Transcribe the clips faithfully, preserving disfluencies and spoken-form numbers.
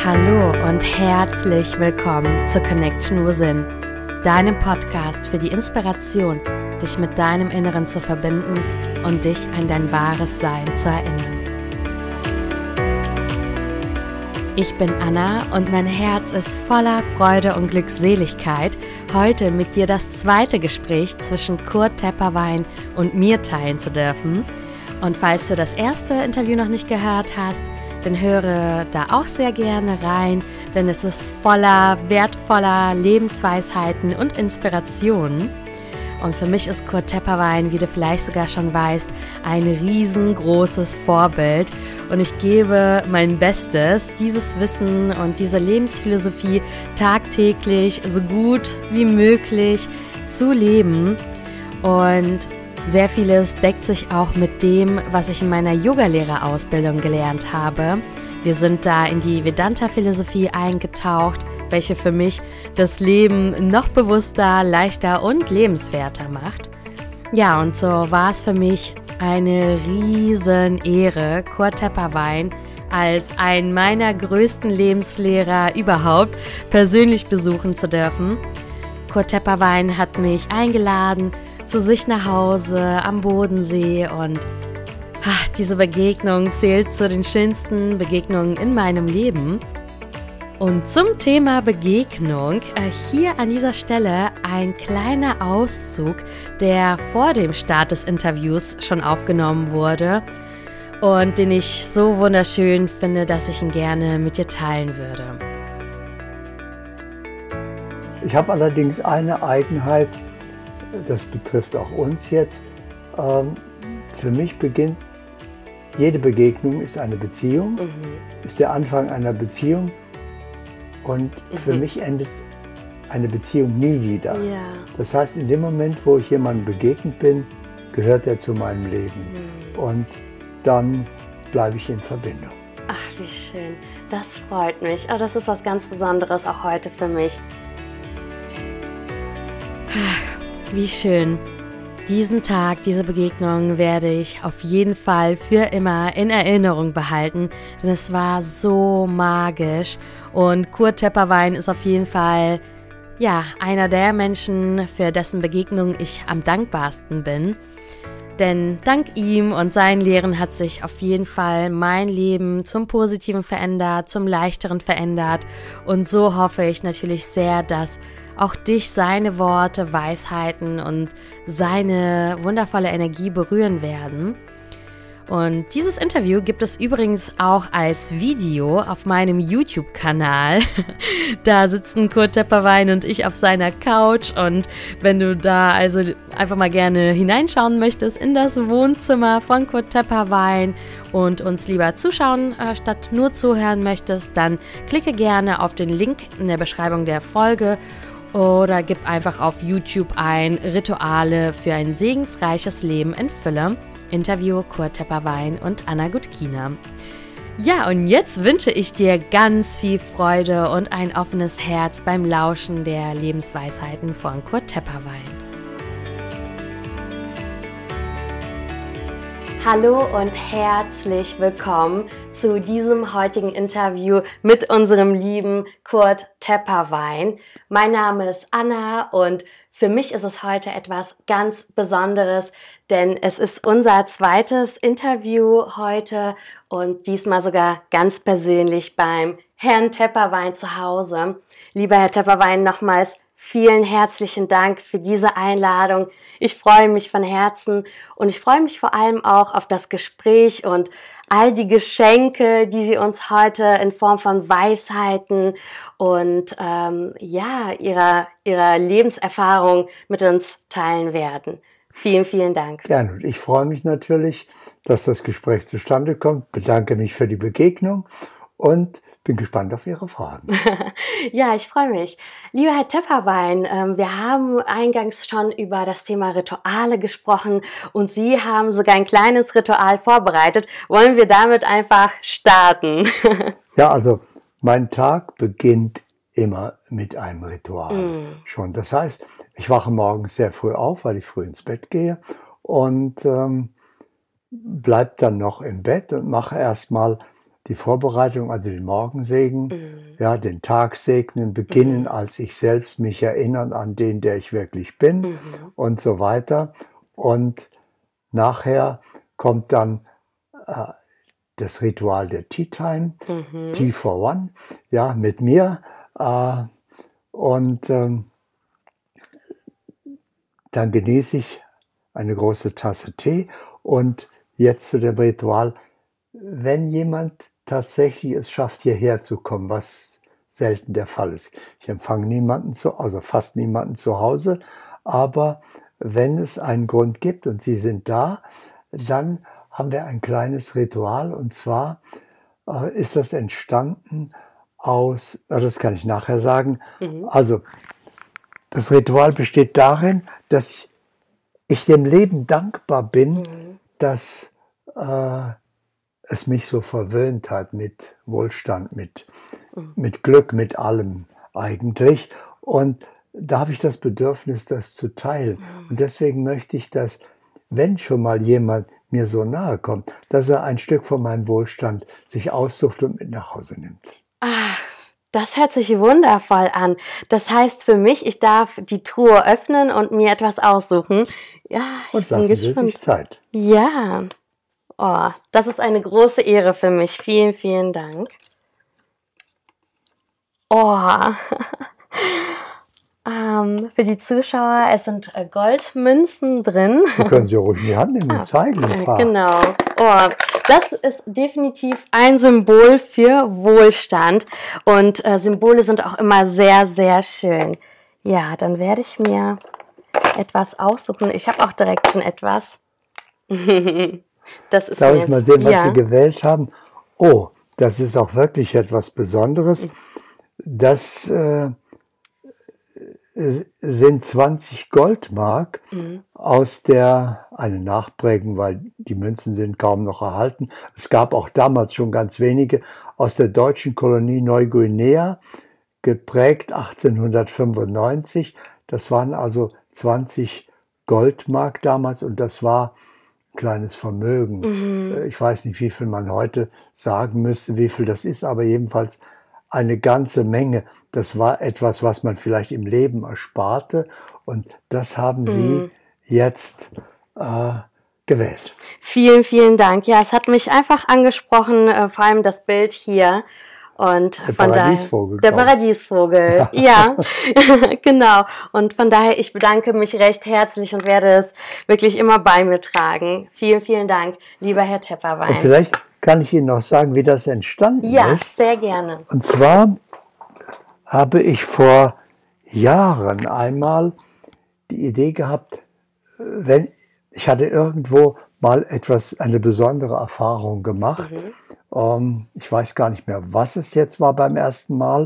Hallo und herzlich willkommen zu Connection Within, deinem Podcast für die Inspiration, dich mit deinem Inneren zu verbinden und dich an dein wahres Sein zu erinnern. Ich bin Anna und mein Herz ist voller Freude und Glückseligkeit, heute mit dir das zweite Gespräch zwischen Kurt Tepperwein und mir teilen zu dürfen. Und falls du das erste Interview noch nicht gehört hast, dann höre da auch sehr gerne rein, denn es ist voller wertvoller Lebensweisheiten und Inspirationen. Und für mich ist Kurt Tepperwein, wie du vielleicht sogar schon weißt, ein riesengroßes Vorbild. Und ich gebe mein Bestes, dieses Wissen und diese Lebensphilosophie tagtäglich so gut wie möglich zu leben. Und sehr vieles deckt sich auch mit dem, was ich in meiner Yogalehrerausbildung gelernt habe. Wir sind da in die Vedanta-Philosophie eingetaucht, welche für mich das Leben noch bewusster, leichter und lebenswerter macht. Ja, und so war es für mich eine riesen Ehre, Kurt Tepperwein als einen meiner größten Lebenslehrer überhaupt persönlich besuchen zu dürfen. Kurt Tepperwein hat mich eingeladen zu sich nach Hause am Bodensee und ach, diese Begegnung zählt zu den schönsten Begegnungen in meinem Leben. Und zum Thema Begegnung, äh, hier an dieser Stelle ein kleiner Auszug, der vor dem Start des Interviews schon aufgenommen wurde und den ich so wunderschön finde, dass ich ihn gerne mit dir teilen würde. Ich habe allerdings eine Eigenheit, das betrifft auch uns jetzt. Ähm, für mich beginnt jede Begegnung ist eine Beziehung, mhm. ist der Anfang einer Beziehung und mhm. für mich endet eine Beziehung nie wieder. Ja. Das heißt, in dem Moment, wo ich jemandem begegnet bin, gehört er zu meinem Leben mhm. und dann bleibe ich in Verbindung. Ach, wie schön. Das freut mich. Oh, das ist was ganz Besonderes auch heute für mich. Wie schön. Diesen Tag, diese Begegnung werde ich auf jeden Fall für immer in Erinnerung behalten, denn es war so magisch und Kurt Tepperwein ist auf jeden Fall ja, einer der Menschen, für dessen Begegnung ich am dankbarsten bin. Denn dank ihm und seinen Lehren hat sich auf jeden Fall mein Leben zum Positiven verändert, zum Leichteren verändert und so hoffe ich natürlich sehr, dass auch dich seine Worte, Weisheiten und seine wundervolle Energie berühren werden. Und dieses Interview gibt es übrigens auch als Video auf meinem YouTube-Kanal. Da sitzen Kurt Tepperwein und ich auf seiner Couch und wenn du da also einfach mal gerne hineinschauen möchtest in das Wohnzimmer von Kurt Tepperwein und uns lieber zuschauen äh, statt nur zuhören möchtest, dann klicke gerne auf den Link in der Beschreibung der Folge oder gib einfach auf YouTube ein Rituale für ein segensreiches Leben in Fülle. Interview Kurt Tepperwein und Anna Gutkina. Ja, und jetzt wünsche ich dir ganz viel Freude und ein offenes Herz beim Lauschen der Lebensweisheiten von Kurt Tepperwein. Hallo und herzlich willkommen zu diesem heutigen Interview mit unserem lieben Kurt Tepperwein. Mein Name ist Anna und für mich ist es heute etwas ganz Besonderes, denn es ist unser zweites Interview heute und diesmal sogar ganz persönlich beim Herrn Tepperwein zu Hause. Lieber Herr Tepperwein, nochmals vielen herzlichen Dank für diese Einladung. Ich freue mich von Herzen und ich freue mich vor allem auch auf das Gespräch und all die Geschenke, die Sie uns heute in Form von Weisheiten und ähm, ja, ihrer, ihrer Lebenserfahrung mit uns teilen werden. Vielen, vielen Dank. Gerne. Und ich freue mich natürlich, dass das Gespräch zustande kommt. Bedanke mich für die Begegnung und bin gespannt auf Ihre Fragen. Ja, ich freue mich. Lieber Herr Tepperwein, ähm, wir haben eingangs schon über das Thema Rituale gesprochen und Sie haben sogar ein kleines Ritual vorbereitet. Wollen wir damit einfach starten? Ja, also mein Tag beginnt immer mit einem Ritual mm. schon. Das heißt, ich wache morgens sehr früh auf, weil ich früh ins Bett gehe und ähm, bleib dann noch im Bett und mache erstmal die Vorbereitung, also den Morgensegen, Mhm. ja, den Tag segnen, beginnen, Mhm. als ich selbst mich erinnern an den, der ich wirklich bin Mhm. und so weiter. Und nachher kommt dann äh, das Ritual der Tea Time, Mhm. Tea for One, ja, mit mir. Äh, und ähm, dann genieße ich eine große Tasse Tee. Und jetzt zu dem Ritual, wenn jemand tatsächlich es schafft, hierher zu kommen, was selten der Fall ist. Ich empfange niemanden zu, also fast niemanden zu Hause, aber wenn es einen Grund gibt und Sie sind da, dann haben wir ein kleines Ritual, und zwar äh, ist das entstanden aus, na, das kann ich nachher sagen, Mhm. also das Ritual besteht darin, dass ich, ich dem Leben dankbar bin, Mhm. dass äh, es mich so verwöhnt hat mit Wohlstand, mit, Mhm. mit Glück, mit allem eigentlich. Und da habe ich das Bedürfnis, das zu teilen. Mhm. Und deswegen möchte ich, dass, wenn schon mal jemand mir so nahe kommt, dass er ein Stück von meinem Wohlstand sich aussucht und mit nach Hause nimmt. Ach, das hört sich wundervoll an. Das heißt für mich, ich darf die Truhe öffnen und mir etwas aussuchen. Ja, ich Und bin lassen Sie gespannt. sich Zeit. Ja, oh, das ist eine große Ehre für mich. Vielen, vielen Dank. Oh, ähm, für die Zuschauer, es sind äh, Goldmünzen drin. Sie können sie ruhig in die Hand nehmen und Ah, zeigen ein äh, paar. genau. Oh, das ist definitiv ein Symbol für Wohlstand. Und äh, Symbole sind auch immer sehr, sehr schön. Ja, dann werde ich mir etwas aussuchen. Ich habe auch direkt schon etwas. Das ist Darf mir ich mal jetzt, sehen, was ja. Sie gewählt haben? Oh, das ist auch wirklich etwas Besonderes. Das äh, sind zwanzig Goldmark Mhm. aus der, eine Nachprägung, weil die Münzen sind kaum noch erhalten. Es gab auch damals schon ganz wenige, aus der deutschen Kolonie Neuguinea, geprägt achtzehnhundertfünfundneunzig. Das waren also zwanzig Goldmark damals, und das war ein kleines Vermögen. Mhm. Ich weiß nicht, wie viel man heute sagen müsste, wie viel das ist, aber jedenfalls eine ganze Menge. Das war etwas, was man vielleicht im Leben ersparte, und das haben Sie Mhm. jetzt äh, gewählt. Vielen, vielen Dank. Ja, es hat mich einfach angesprochen, äh, vor allem das Bild hier. Und Der von daher, Paradiesvogel, der glaub ich. Paradiesvogel, ja, genau. Und von daher, ich bedanke mich recht herzlich und werde es wirklich immer bei mir tragen. Vielen, vielen Dank, lieber Herr Und Tepperwein. vielleicht kann ich Ihnen noch sagen, wie das entstanden Ja, ist. sehr gerne. Und zwar habe ich vor Jahren einmal die Idee gehabt, wenn ich hatte irgendwo mal etwas, eine besondere Erfahrung gemacht. Mhm. Ähm, ich weiß gar nicht mehr, was es jetzt war beim ersten Mal.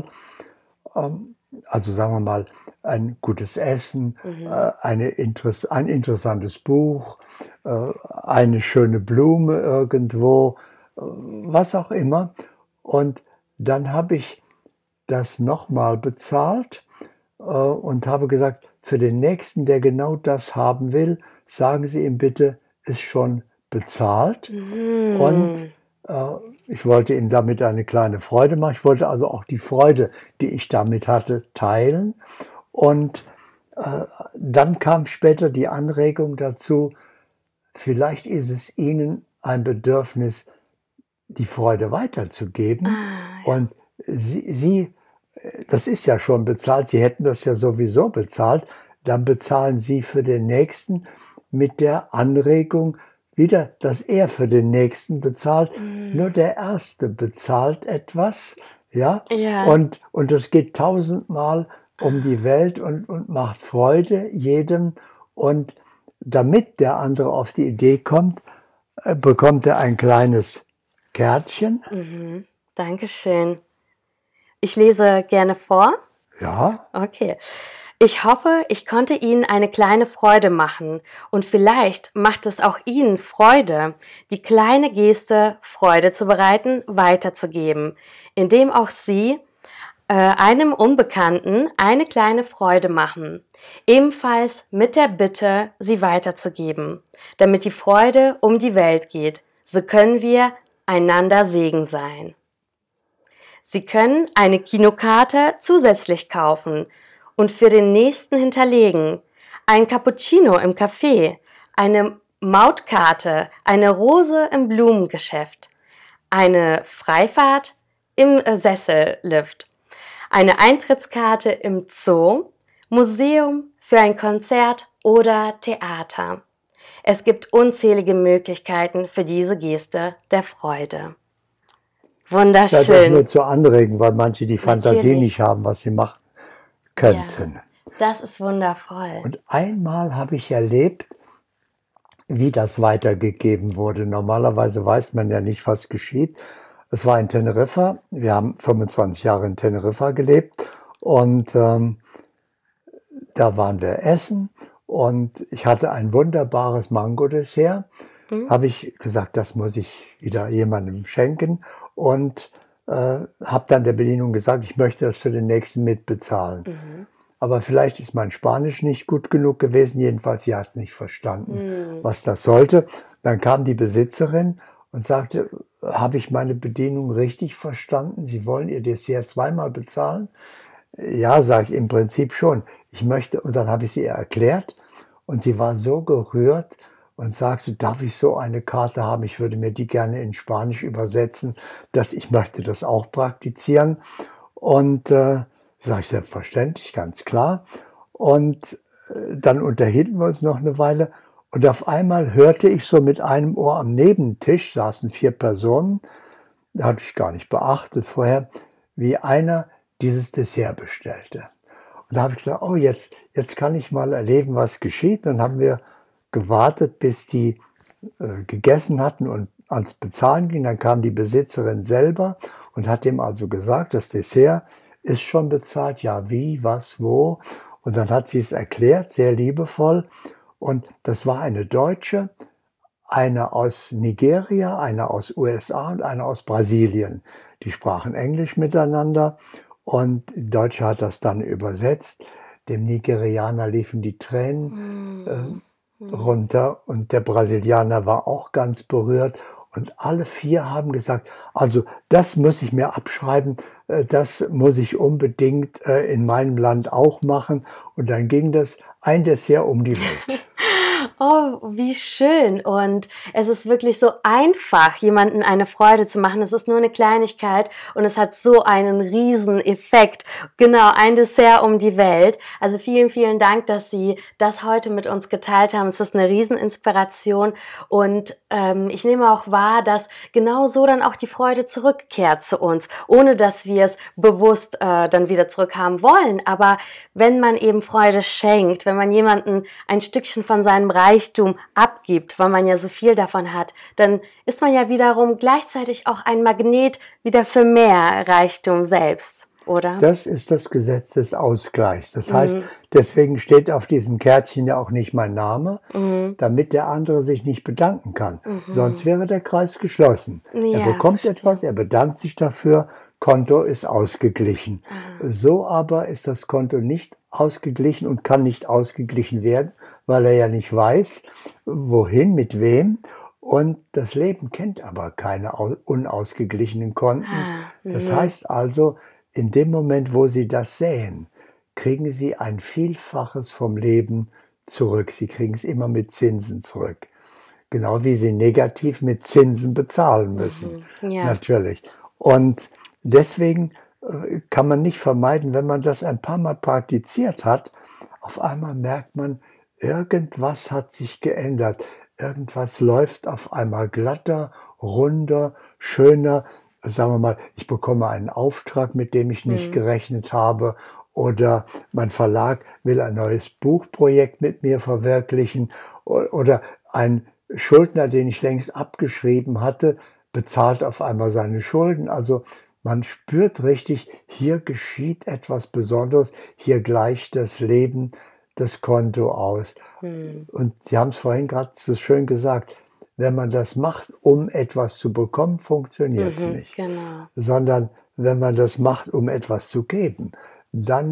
Ähm, also sagen wir mal, ein gutes Essen, Mhm. äh, eine Interess ein interessantes Buch, äh, eine schöne Blume irgendwo, äh, was auch immer. Und dann habe ich das nochmal bezahlt äh, und habe gesagt, für den Nächsten, der genau das haben will, sagen Sie ihm bitte, ist schon bezahlt. Mhm. Und äh, ich wollte ihm damit eine kleine Freude machen. Ich wollte also auch die Freude, die ich damit hatte, teilen. Und äh, dann kam später die Anregung dazu, vielleicht ist es Ihnen ein Bedürfnis, die Freude weiterzugeben. Ah, ja. Und Sie, Sie, das ist ja schon bezahlt, Sie hätten das ja sowieso bezahlt, dann bezahlen Sie für den Nächsten mit der Anregung wieder, dass er für den Nächsten bezahlt. Mhm. Nur der Erste bezahlt etwas, ja, Ja. und, und das geht tausendmal um die Welt und, und macht Freude jedem. Und damit der andere auf die Idee kommt, äh, bekommt er ein kleines Kärtchen. Mhm. Dankeschön. Ich lese gerne vor. Ja, Okay. Ich hoffe, ich konnte Ihnen eine kleine Freude machen und vielleicht macht es auch Ihnen Freude, die kleine Geste Freude zu bereiten, weiterzugeben, indem auch Sie äh, einem Unbekannten eine kleine Freude machen, ebenfalls mit der Bitte, sie weiterzugeben, damit die Freude um die Welt geht. So können wir einander Segen sein. Sie können eine Kinokarte zusätzlich kaufen und für den nächsten hinterlegen, ein Cappuccino im Café, eine Mautkarte, eine Rose im Blumengeschäft, eine Freifahrt im Sessellift, eine Eintrittskarte im Zoo, Museum, für ein Konzert oder Theater. Es gibt unzählige Möglichkeiten für diese Geste der Freude. Wunderschön. Das ist nur zu anregen, weil manche die Fantasie Natürlich. nicht haben, was sie machen könnten. Ja, das ist wundervoll. Und einmal habe ich erlebt, wie das weitergegeben wurde. Normalerweise weiß man ja nicht, was geschieht. Es war in Teneriffa. Wir haben fünfundzwanzig Jahre in Teneriffa gelebt und ähm, da waren wir essen und ich hatte ein wunderbares Mango-Dessert. Mhm. Habe ich gesagt, das muss ich wieder jemandem schenken und äh, habe dann der Bedienung gesagt, ich möchte das für den nächsten mitbezahlen. Mhm. Aber vielleicht ist mein Spanisch nicht gut genug gewesen, jedenfalls sie hat es nicht verstanden, mhm. was das sollte. Dann kam die Besitzerin und sagte, habe ich meine Bedienung richtig verstanden? Sie wollen Ihr Dessert zweimal bezahlen? Ja, sage ich, im Prinzip schon. Ich möchte, und dann habe ich sie ihr erklärt und sie war so gerührt und sagte, darf ich so eine Karte haben? Ich würde mir die gerne in Spanisch übersetzen, dass ich möchte das auch praktizieren. Und äh, sage ich, selbstverständlich, ganz klar. Und äh, dann unterhielten wir uns noch eine Weile und auf einmal hörte ich so mit einem Ohr am Nebentisch, saßen vier Personen, da hatte ich gar nicht beachtet vorher, wie einer dieses Dessert bestellte. Und da habe ich gesagt, oh, jetzt, jetzt kann ich mal erleben, was geschieht. Dann haben wir gewartet, bis die äh, gegessen hatten und ans Bezahlen ging. Dann kam die Besitzerin selber und hat ihm also gesagt, das Dessert ist schon bezahlt. Ja, wie, was, wo? Und dann hat sie es erklärt, sehr liebevoll. Und das war eine Deutsche, eine aus Nigeria, eine aus U S A und eine aus Brasilien. Die sprachen Englisch miteinander. Und der Deutsche hat das dann übersetzt. Dem Nigerianer liefen die Tränen äh, runter und der Brasilianer war auch ganz berührt. Und alle vier haben gesagt, also das muss ich mir abschreiben, äh, das muss ich unbedingt äh, in meinem Land auch machen. Und dann ging das ein Dessert um die Welt. Oh, wie schön. Und es ist wirklich so einfach, jemandem eine Freude zu machen. Es ist nur eine Kleinigkeit und es hat so einen riesen Effekt. Genau, ein Dessert um die Welt. Also vielen, vielen Dank, dass Sie das heute mit uns geteilt haben. Es ist eine Rieseninspiration und ähm, ich nehme auch wahr, dass genau so dann auch die Freude zurückkehrt zu uns, ohne dass wir es bewusst äh, dann wieder zurückhaben wollen. Aber wenn man eben Freude schenkt, wenn man jemanden ein Stückchen von seinem Reichtum abgibt, weil man ja so viel davon hat, dann ist man ja wiederum gleichzeitig auch ein Magnet wieder für mehr Reichtum selbst, oder? Das ist das Gesetz des Ausgleichs. Das heißt, mhm. deswegen steht auf diesem Kärtchen ja auch nicht mein Name, mhm. damit der andere sich nicht bedanken kann. Mhm. Sonst wäre der Kreis geschlossen. Ja, er bekommt verstehe. etwas, er bedankt sich dafür, Konto ist ausgeglichen. Mhm. So aber ist das Konto nicht ausgeglichen und kann nicht ausgeglichen werden, weil er ja nicht weiß, wohin, mit wem. Und das Leben kennt aber keine unausgeglichenen Konten. Ah, das heißt also, in dem Moment, wo Sie das säen, kriegen Sie ein Vielfaches vom Leben zurück. Sie kriegen es immer mit Zinsen zurück. Genau wie Sie negativ mit Zinsen bezahlen müssen. Mhm, ja. Natürlich. Und deswegen kann man nicht vermeiden, wenn man das ein paar Mal praktiziert hat, auf einmal merkt man, irgendwas hat sich geändert. Irgendwas läuft auf einmal glatter, runder, schöner. Sagen wir mal, ich bekomme einen Auftrag, mit dem ich nicht mhm. gerechnet habe. Oder mein Verlag will ein neues Buchprojekt mit mir verwirklichen. Oder ein Schuldner, den ich längst abgeschrieben hatte, bezahlt auf einmal seine Schulden. Also man spürt richtig, hier geschieht etwas Besonderes, hier gleicht das Leben das Konto aus. Hm. Und Sie haben es vorhin gerade so schön gesagt, wenn man das macht, um etwas zu bekommen, funktioniert es mhm, nicht. Genau. Sondern wenn man das macht, um etwas zu geben, dann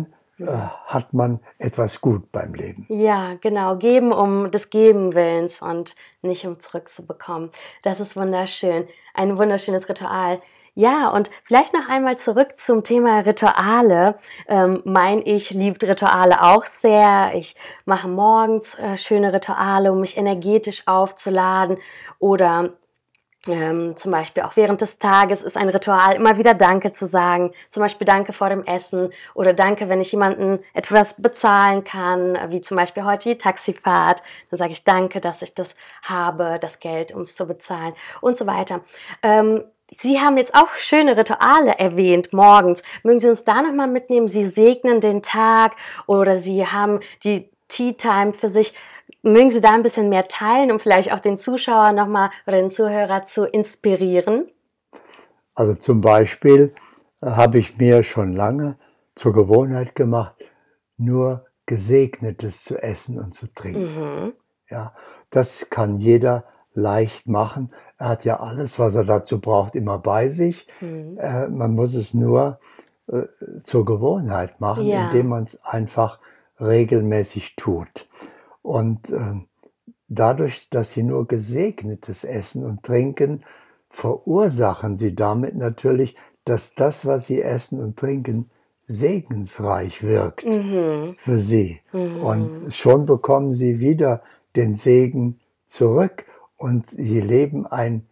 äh, hat man etwas gut beim Leben. Ja, genau. Geben um des Geben Willens und nicht um zurückzubekommen. Das ist wunderschön. Ein wunderschönes Ritual. Ja, und vielleicht noch einmal zurück zum Thema Rituale. Ähm, mein Ich liebt Rituale auch sehr. Ich mache morgens äh, schöne Rituale, um mich energetisch aufzuladen, oder Ähm, zum Beispiel auch während des Tages ist ein Ritual, immer wieder Danke zu sagen. Zum Beispiel Danke vor dem Essen oder Danke, wenn ich jemanden etwas bezahlen kann, wie zum Beispiel heute die Taxifahrt. Dann sage ich Danke, dass ich das habe, das Geld, um es zu bezahlen und so weiter. Ähm, Sie haben jetzt auch schöne Rituale erwähnt, morgens. Mögen Sie uns da nochmal mitnehmen? Sie segnen den Tag oder Sie haben die Tea Time für sich. Mögen Sie da ein bisschen mehr teilen, um vielleicht auch den Zuschauer nochmal oder den Zuhörer zu inspirieren? Also zum Beispiel äh, habe ich mir schon lange zur Gewohnheit gemacht, nur Gesegnetes zu essen und zu trinken. Mhm. Ja, das kann jeder leicht machen. Er hat ja alles, was er dazu braucht, immer bei sich. Mhm. Äh, man muss es nur äh, zur Gewohnheit machen, Ja. indem man es einfach regelmäßig tut. Und äh, dadurch, dass sie nur Gesegnetes essen und trinken, verursachen sie damit natürlich, dass das, was sie essen und trinken, segensreich wirkt Mhm. für sie. Mhm. Und schon bekommen sie wieder den Segen zurück und sie leben ein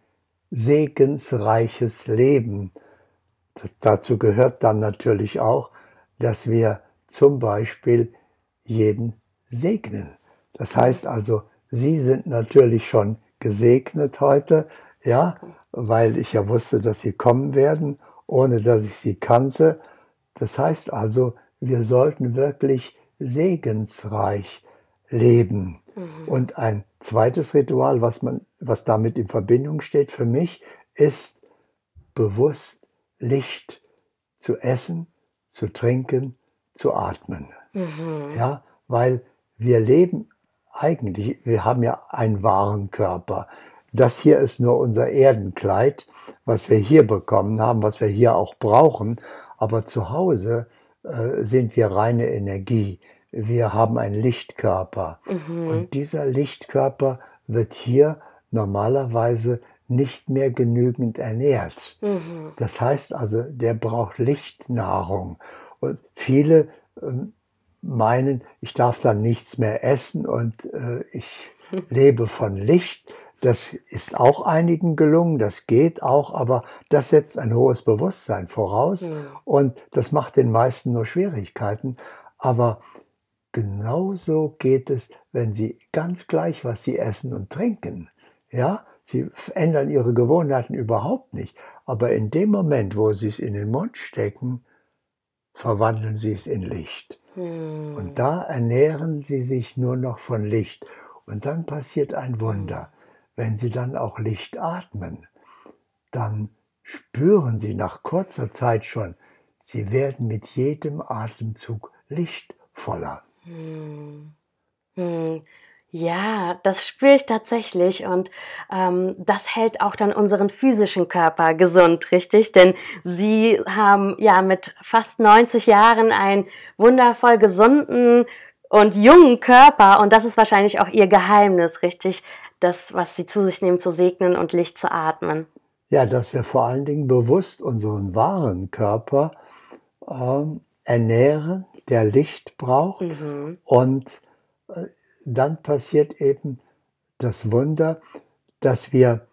segensreiches Leben. Das, dazu gehört dann natürlich auch, dass wir zum Beispiel jeden segnen. Das heißt also, Sie sind natürlich schon gesegnet heute, ja, weil ich ja wusste, dass Sie kommen werden, ohne dass ich Sie kannte. Das heißt also, wir sollten wirklich segensreich leben. Mhm. Und ein zweites Ritual, was, man, was damit in Verbindung steht für mich, ist bewusst Licht zu essen, zu trinken, zu atmen. Mhm. Ja, weil wir leben eigentlich, wir haben ja einen wahren Körper. Das hier ist nur unser Erdenkleid, was wir hier bekommen haben, was wir hier auch brauchen. Aber zu Hause äh, sind wir reine Energie. Wir haben einen Lichtkörper. Mhm. Und dieser Lichtkörper wird hier normalerweise nicht mehr genügend ernährt. Mhm. Das heißt also, der braucht Lichtnahrung. Und viele ähm, meinen, ich darf dann nichts mehr essen und äh, ich lebe von Licht. Das ist auch einigen gelungen, das geht auch, aber das setzt ein hohes Bewusstsein voraus Mhm. und das macht den meisten nur Schwierigkeiten. Aber genauso geht es, wenn sie ganz gleich, was sie essen und trinken, ja, sie ändern ihre Gewohnheiten überhaupt nicht, aber in dem Moment, wo sie es in den Mund stecken, verwandeln sie es in Licht. Mhm. Und da ernähren sie sich nur noch von Licht. Und dann passiert ein Wunder. Wenn sie dann auch Licht atmen, dann spüren sie nach kurzer Zeit schon, sie werden mit jedem Atemzug lichtvoller. Mhm. Mhm. Ja, das spüre ich tatsächlich und ähm, das hält auch dann unseren physischen Körper gesund, richtig? Denn Sie haben ja mit fast neunzig Jahren einen wundervoll gesunden und jungen Körper und das ist wahrscheinlich auch Ihr Geheimnis, richtig? Das, was Sie zu sich nehmen, zu segnen und Licht zu atmen. Ja, dass wir vor allen Dingen bewusst unseren wahren Körper ähm, ernähren, der Licht braucht. Mhm. Und äh, dann passiert eben das Wunder, dass wir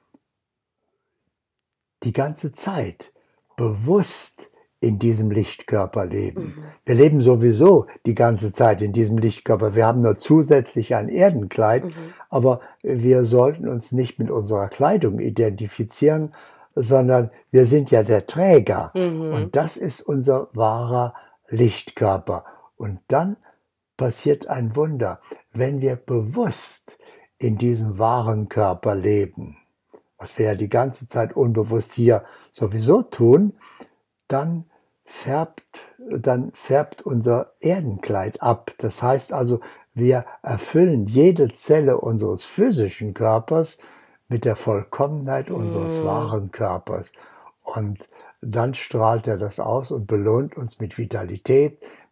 die ganze Zeit bewusst in diesem Lichtkörper leben. Mhm. Wir leben sowieso die ganze Zeit in diesem Lichtkörper. Wir haben nur zusätzlich ein Erdenkleid, Mhm. aber wir sollten uns nicht mit unserer Kleidung identifizieren, sondern wir sind ja der Träger. Mhm. Und das ist unser wahrer Lichtkörper. Und dann passiert ein Wunder, wenn wir bewusst in diesem wahren Körper leben, was wir ja die ganze Zeit unbewusst hier sowieso tun, dann färbt, dann färbt unser Erdenkleid ab. Das heißt also, wir erfüllen jede Zelle unseres physischen Körpers mit der Vollkommenheit unseres Mm. wahren Körpers. Und dann strahlt er das aus und belohnt uns mit Vitalität,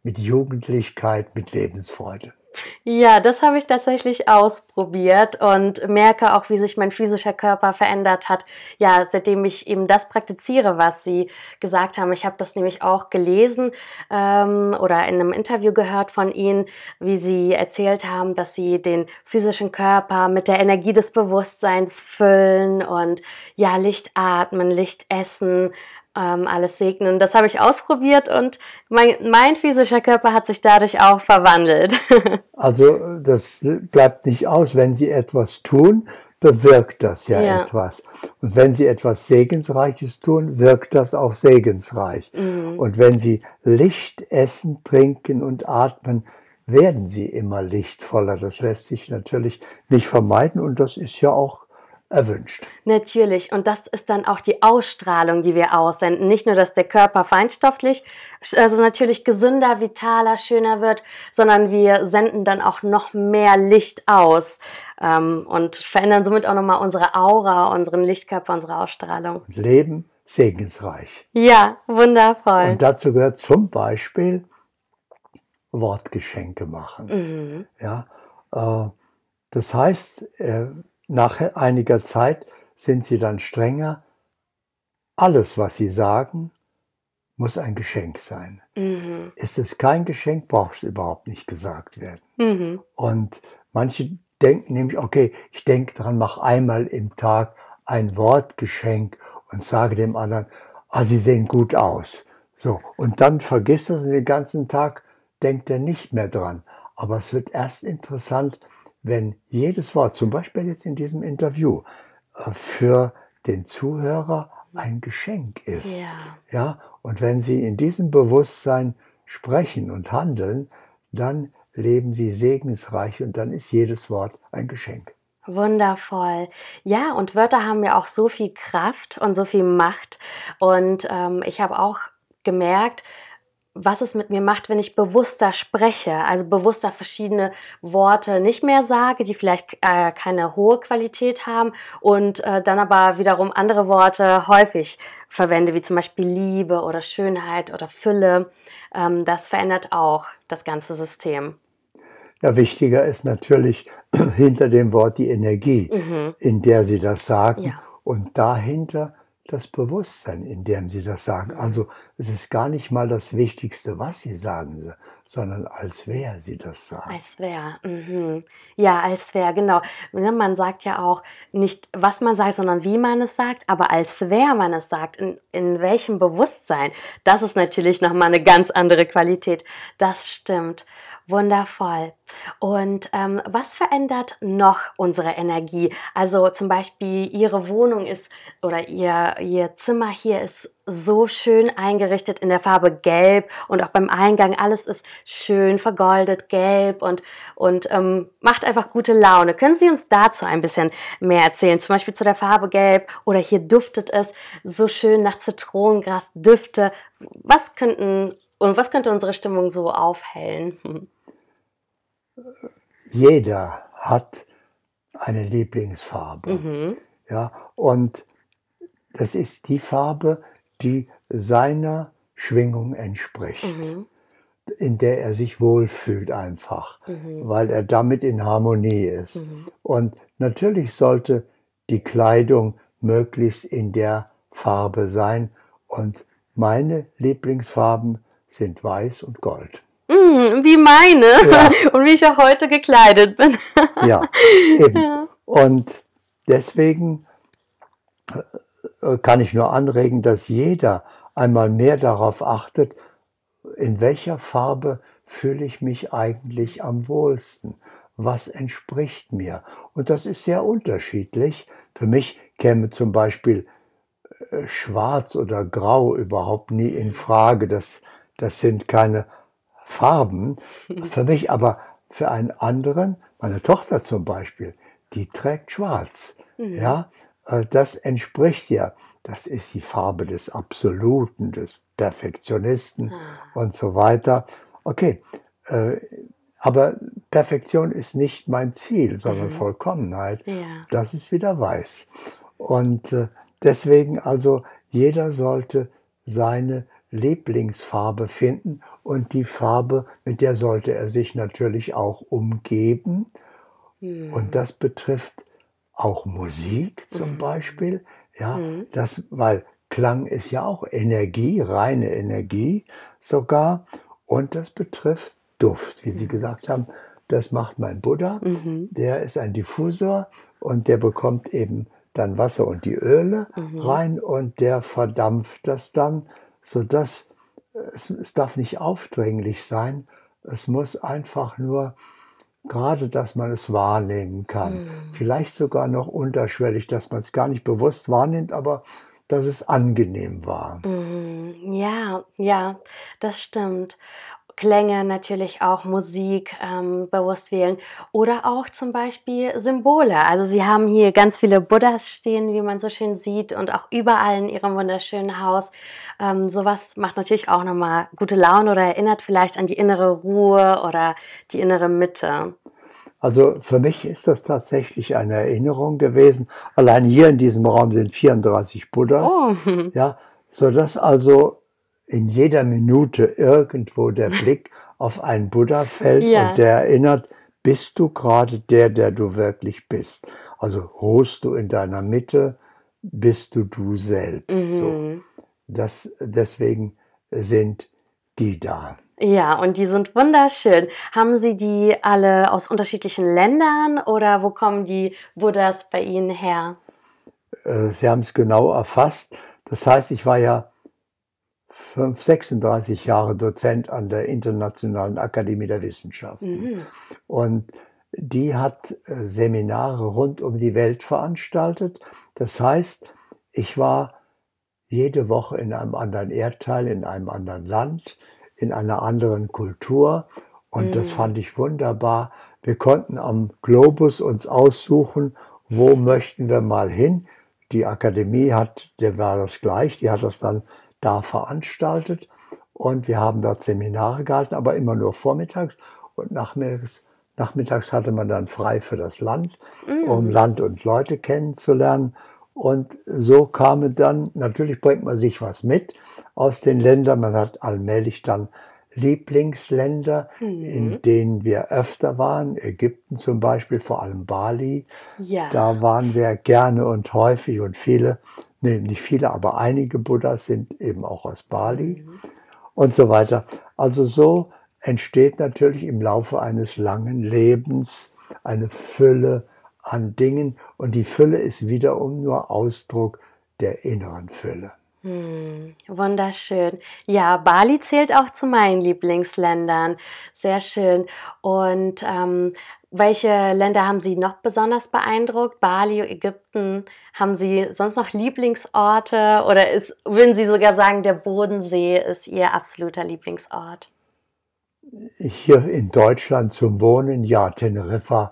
mit Jugendlichkeit, mit Lebensfreude. Ja, das habe ich tatsächlich ausprobiert und merke auch, wie sich mein physischer Körper verändert hat, ja, seitdem ich eben das praktiziere, was Sie gesagt haben. Ich habe das nämlich auch gelesen ähm, oder in einem Interview gehört von Ihnen, wie Sie erzählt haben, dass Sie den physischen Körper mit der Energie des Bewusstseins füllen und ja, Licht atmen, Licht essen, ähm, alles segnen. Das habe ich ausprobiert und mein, mein physischer Körper hat sich dadurch auch verwandelt. Also das bleibt nicht aus. Wenn Sie etwas tun, bewirkt das ja, ja etwas. Und wenn Sie etwas Segensreiches tun, wirkt das auch segensreich. Mhm. Und wenn Sie Licht essen, trinken und atmen, werden Sie immer lichtvoller. Das lässt sich natürlich nicht vermeiden und das ist ja auch erwünscht. Natürlich. Und das ist dann auch die Ausstrahlung, die wir aussenden. Nicht nur, dass der Körper feinstofflich, also natürlich gesünder, vitaler, schöner wird, sondern wir senden dann auch noch mehr Licht aus ähm, und verändern somit auch nochmal unsere Aura, unseren Lichtkörper, unsere Ausstrahlung. Und leben segensreich. Ja, wundervoll. Und dazu gehört zum Beispiel Wortgeschenke machen. Mhm. Ja, äh, das heißt, äh, nach einiger Zeit sind sie dann strenger. Alles, was sie sagen, muss ein Geschenk sein. Mhm. Ist es kein Geschenk, braucht es überhaupt nicht gesagt werden. Mhm. Und manche denken nämlich, okay, ich denke dran, mache einmal im Tag ein Wortgeschenk und sage dem anderen, ah, Sie sehen gut aus. So, und dann vergisst es und den ganzen Tag denkt er nicht mehr dran. Aber es wird erst interessant, wenn jedes Wort, zum Beispiel jetzt in diesem Interview, für den Zuhörer ein Geschenk ist. Ja. Ja, und wenn Sie in diesem Bewusstsein sprechen und handeln, dann leben Sie segensreich und dann ist jedes Wort ein Geschenk. Wundervoll. Ja, und Wörter haben ja auch so viel Kraft und so viel Macht. Und ähm, ich habe auch gemerkt, was es mit mir macht, wenn ich bewusster spreche, also bewusster verschiedene Worte nicht mehr sage, die vielleicht äh, keine hohe Qualität haben und äh, dann aber wiederum andere Worte häufig verwende, wie zum Beispiel Liebe oder Schönheit oder Fülle. Ähm, das verändert auch das ganze System. Ja, wichtiger ist natürlich hinter dem Wort die Energie, mhm. in der Sie das sagen, ja. Und dahinter das Bewusstsein, in dem Sie das sagen. Also es ist gar nicht mal das Wichtigste, was Sie sagen, sondern als wer Sie das sagen. Als wer, mhm. Ja, als wer, genau. Man sagt ja auch nicht, was man sagt, sondern wie man es sagt, aber als wer man es sagt, in, in welchem Bewusstsein, das ist natürlich nochmal eine ganz andere Qualität. Das stimmt. Wundervoll. Und ähm, was verändert noch unsere Energie? Also zum Beispiel Ihre Wohnung ist oder Ihr, Ihr Zimmer hier ist so schön eingerichtet in der Farbe Gelb und auch beim Eingang alles ist schön vergoldet, gelb und, und ähm, macht einfach gute Laune. Können Sie uns dazu ein bisschen mehr erzählen? Zum Beispiel zu der Farbe Gelb oder hier duftet es so schön nach Zitronengras, Düfte. Was könnten und was könnte unsere Stimmung so aufhellen? Hm. Jeder hat eine Lieblingsfarbe. Mhm. Ja, und das ist die Farbe, die seiner Schwingung entspricht, mhm. in der er sich wohlfühlt einfach, mhm. weil er damit in Harmonie ist. Mhm. Und natürlich sollte die Kleidung möglichst in der Farbe sein. Und meine Lieblingsfarben sind Weiß und Gold. Mm, wie meine ja. Und wie ich auch heute gekleidet bin. Ja, eben. Ja. Und deswegen kann ich nur anregen, dass jeder einmal mehr darauf achtet, in welcher Farbe fühle ich mich eigentlich am wohlsten? Was entspricht mir? Und das ist sehr unterschiedlich. Für mich käme zum Beispiel Schwarz oder Grau überhaupt nie in Frage. Das, das sind keine Farben für mich, aber für einen anderen, meine Tochter zum Beispiel, die trägt Schwarz. Mhm. Ja, das entspricht ja, das ist die Farbe des Absoluten, des Perfektionisten ah. und so weiter. Okay, äh, aber Perfektion ist nicht mein Ziel, sondern mhm. Vollkommenheit. Ja. Das ist wieder Weiß. Und äh, deswegen also, jeder sollte seine Lieblingsfarbe finden und die Farbe, mit der sollte er sich natürlich auch umgeben. Mhm. Und das betrifft auch Musik zum Mhm. Beispiel, ja, Mhm. das, weil Klang ist ja auch Energie, reine Energie sogar, und das betrifft Duft, wie Sie gesagt haben. Das macht mein Buddha, Mhm. der ist ein Diffusor und der bekommt eben dann Wasser und die Öle Mhm. rein und der verdampft das dann, sodass es, es darf nicht aufdringlich sein, es muss einfach nur gerade, dass man es wahrnehmen kann. Mhm. Vielleicht sogar noch unterschwellig, dass man es gar nicht bewusst wahrnimmt, aber dass es angenehm war. Mhm. Ja, ja, das stimmt. Klänge natürlich auch, Musik ähm, bewusst wählen oder auch zum Beispiel Symbole. Also Sie haben hier ganz viele Buddhas stehen, wie man so schön sieht, und auch überall in Ihrem wunderschönen Haus. Ähm, sowas macht natürlich auch nochmal gute Laune oder erinnert vielleicht an die innere Ruhe oder die innere Mitte. Also für mich ist das tatsächlich eine Erinnerung gewesen. Allein hier in diesem Raum sind vierunddreißig Buddhas, Oh, ja, sodass also in jeder Minute irgendwo der Blick auf einen Buddha fällt und ja. der erinnert, bist du gerade der, der du wirklich bist? Also ruhst du in deiner Mitte, bist du du selbst? So, Mhm. das, deswegen sind die da. Ja, und die sind wunderschön. Haben Sie die alle aus unterschiedlichen Ländern oder wo kommen die Buddhas bei Ihnen her? Äh, Sie haben es genau erfasst. Das heißt, ich war ja fünf, sechsunddreißig Jahre Dozent an der Internationalen Akademie der Wissenschaften. Mhm. Und die hat äh, Seminare rund um die Welt veranstaltet. Das heißt, ich war jede Woche in einem anderen Erdteil, in einem anderen Land, in einer anderen Kultur. Und das Mhm. fand ich wunderbar. Wir konnten am Globus uns aussuchen, wo möchten wir mal hin. Die Akademie hat, der war das gleich, die hat das dann da veranstaltet. Und wir haben dort Seminare gehalten, aber immer nur vormittags. Und nachmittags, nachmittags hatte man dann frei für das Land, um Mhm. Land und Leute kennenzulernen. Und so kam dann, natürlich bringt man sich was mit aus den Ländern. Man hat allmählich dann Lieblingsländer, in Mhm. denen wir öfter waren. Ägypten zum Beispiel, vor allem Bali. Ja. Da waren wir gerne und häufig und viele, nee, nicht viele, aber einige Buddhas sind eben auch aus Bali Mhm. und so weiter. Also so entsteht natürlich im Laufe eines langen Lebens eine Fülle an Dingen und die Fülle ist wiederum nur Ausdruck der inneren Fülle. Hm, wunderschön. Ja, Bali zählt auch zu meinen Lieblingsländern. Sehr schön. Und ähm, welche Länder haben Sie noch besonders beeindruckt? Bali, Ägypten. Haben Sie sonst noch Lieblingsorte? Oder ist, würden Sie sogar sagen, der Bodensee ist Ihr absoluter Lieblingsort? Hier in Deutschland zum Wohnen, ja, Teneriffa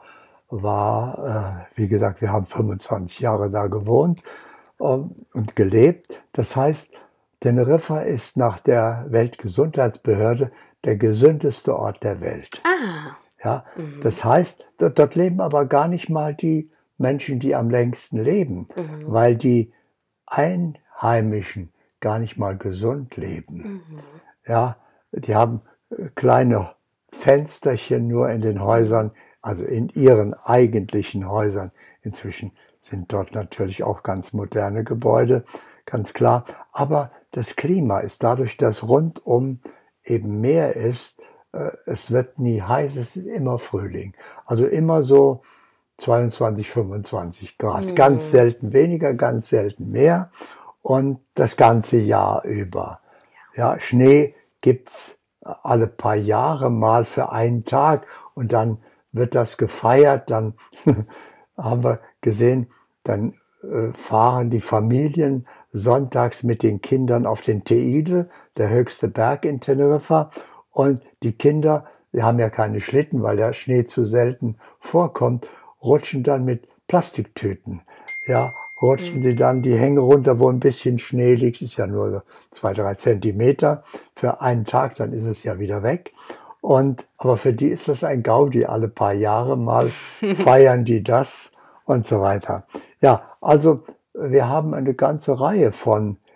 war, äh, wie gesagt, wir haben fünfundzwanzig Jahre da gewohnt ähm, und gelebt. Das heißt, Teneriffa ist nach der Weltgesundheitsbehörde der gesündeste Ort der Welt. Ah. Ja, Mhm. das heißt, dort, dort leben aber gar nicht mal die Menschen, die am längsten leben, Mhm. weil die Einheimischen gar nicht mal gesund leben. Mhm. Ja, die haben äh, kleine Fensterchen nur in den Mhm. Häusern, also in ihren eigentlichen Häusern. Inzwischen sind dort natürlich auch ganz moderne Gebäude, ganz klar. Aber das Klima ist dadurch, dass rundum eben Meer ist, äh, es wird nie heiß, es ist immer Frühling. Also immer so zweiundzwanzig, fünfundzwanzig Grad. Ganz Mhm. selten weniger, ganz selten mehr und das ganze Jahr über. Ja, Schnee gibt's alle paar Jahre mal für einen Tag und dann wird das gefeiert. Dann haben wir gesehen, dann äh, fahren die Familien sonntags mit den Kindern auf den Teide, der höchste Berg in Teneriffa. Und die Kinder, die haben ja keine Schlitten, weil der Schnee zu selten vorkommt, rutschen dann mit Plastiktüten. Ja, rutschen sie dann die Hänge runter, wo ein bisschen Schnee liegt, ist ja nur so zwei, drei Zentimeter für einen Tag, dann ist es ja wieder weg. Und, aber für die ist das ein Gaudi, alle paar Jahre mal feiern die das und so weiter. Ja, also wir haben eine ganze Reihe von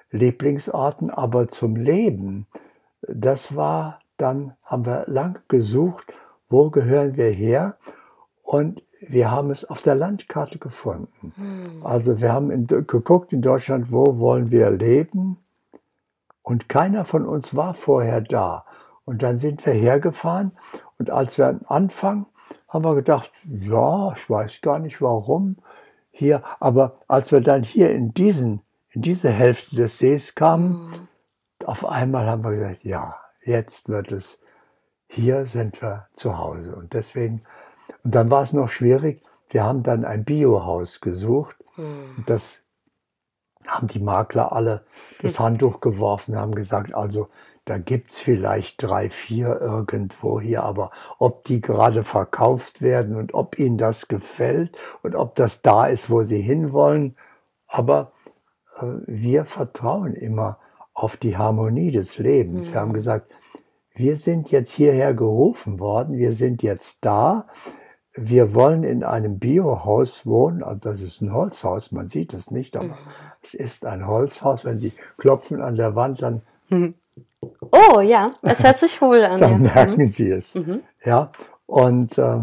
Lieblingsorten, aber zum Leben, das war dann, haben wir lang gesucht, wo gehören wir her? Und wir haben es auf der Landkarte gefunden. Hm. Also wir haben in, geguckt in Deutschland, wo wollen wir leben? Und keiner von uns war vorher da. Und dann sind wir hergefahren und als wir am Anfang haben wir gedacht, ja, ich weiß gar nicht warum hier, aber als wir dann hier in, diesen, in diese Hälfte des Sees kamen, Hm. auf einmal haben wir gesagt, ja, jetzt wird es, hier sind wir zu Hause. Und deswegen, und dann war es noch schwierig, wir haben dann ein Biohaus gesucht. Hm. Das haben die Makler alle das Handtuch geworfen, haben gesagt, also da gibt es vielleicht drei, vier irgendwo hier, aber ob die gerade verkauft werden und ob ihnen das gefällt und ob das da ist, wo sie hinwollen, aber äh, wir vertrauen immer auf die Harmonie des Lebens. Mhm. Wir haben gesagt, wir sind jetzt hierher gerufen worden, wir sind jetzt da, wir wollen in einem Biohaus wohnen, also das ist ein Holzhaus, man sieht es nicht, aber Mhm. es ist ein Holzhaus. Wenn Sie klopfen an der Wand, dann, Oh ja, es hört sich wohl an. dann ja. merken Mhm. Sie es. Mhm. Ja? Und, äh,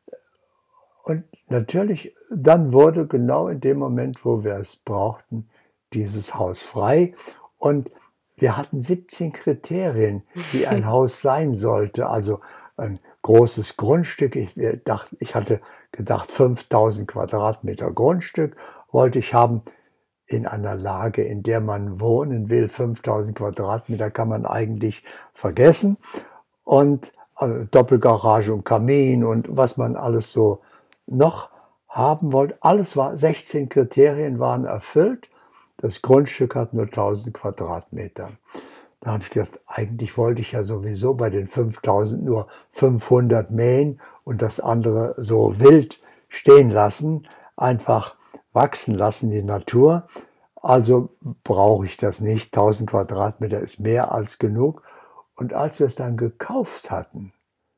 und natürlich, dann wurde genau in dem Moment, wo wir es brauchten, dieses Haus frei. Und wir hatten siebzehn Kriterien, wie ein Haus sein sollte. Also ein großes Grundstück. Ich, wir dachten, ich hatte gedacht, fünftausend Quadratmeter Grundstück wollte ich haben. In einer Lage, in der man wohnen will, fünftausend Quadratmeter kann man eigentlich vergessen. Und äh, Doppelgarage und Kamin und was man alles so noch haben wollte. Alles war, sechzehn Kriterien waren erfüllt. Das Grundstück hat nur tausend Quadratmeter. Da habe ich gedacht, eigentlich wollte ich ja sowieso bei den fünftausend nur fünfhundert mähen und das andere so wild stehen lassen, einfach wachsen lassen, die Natur. Also brauche ich das nicht. tausend Quadratmeter ist mehr als genug. Und als wir es dann gekauft hatten,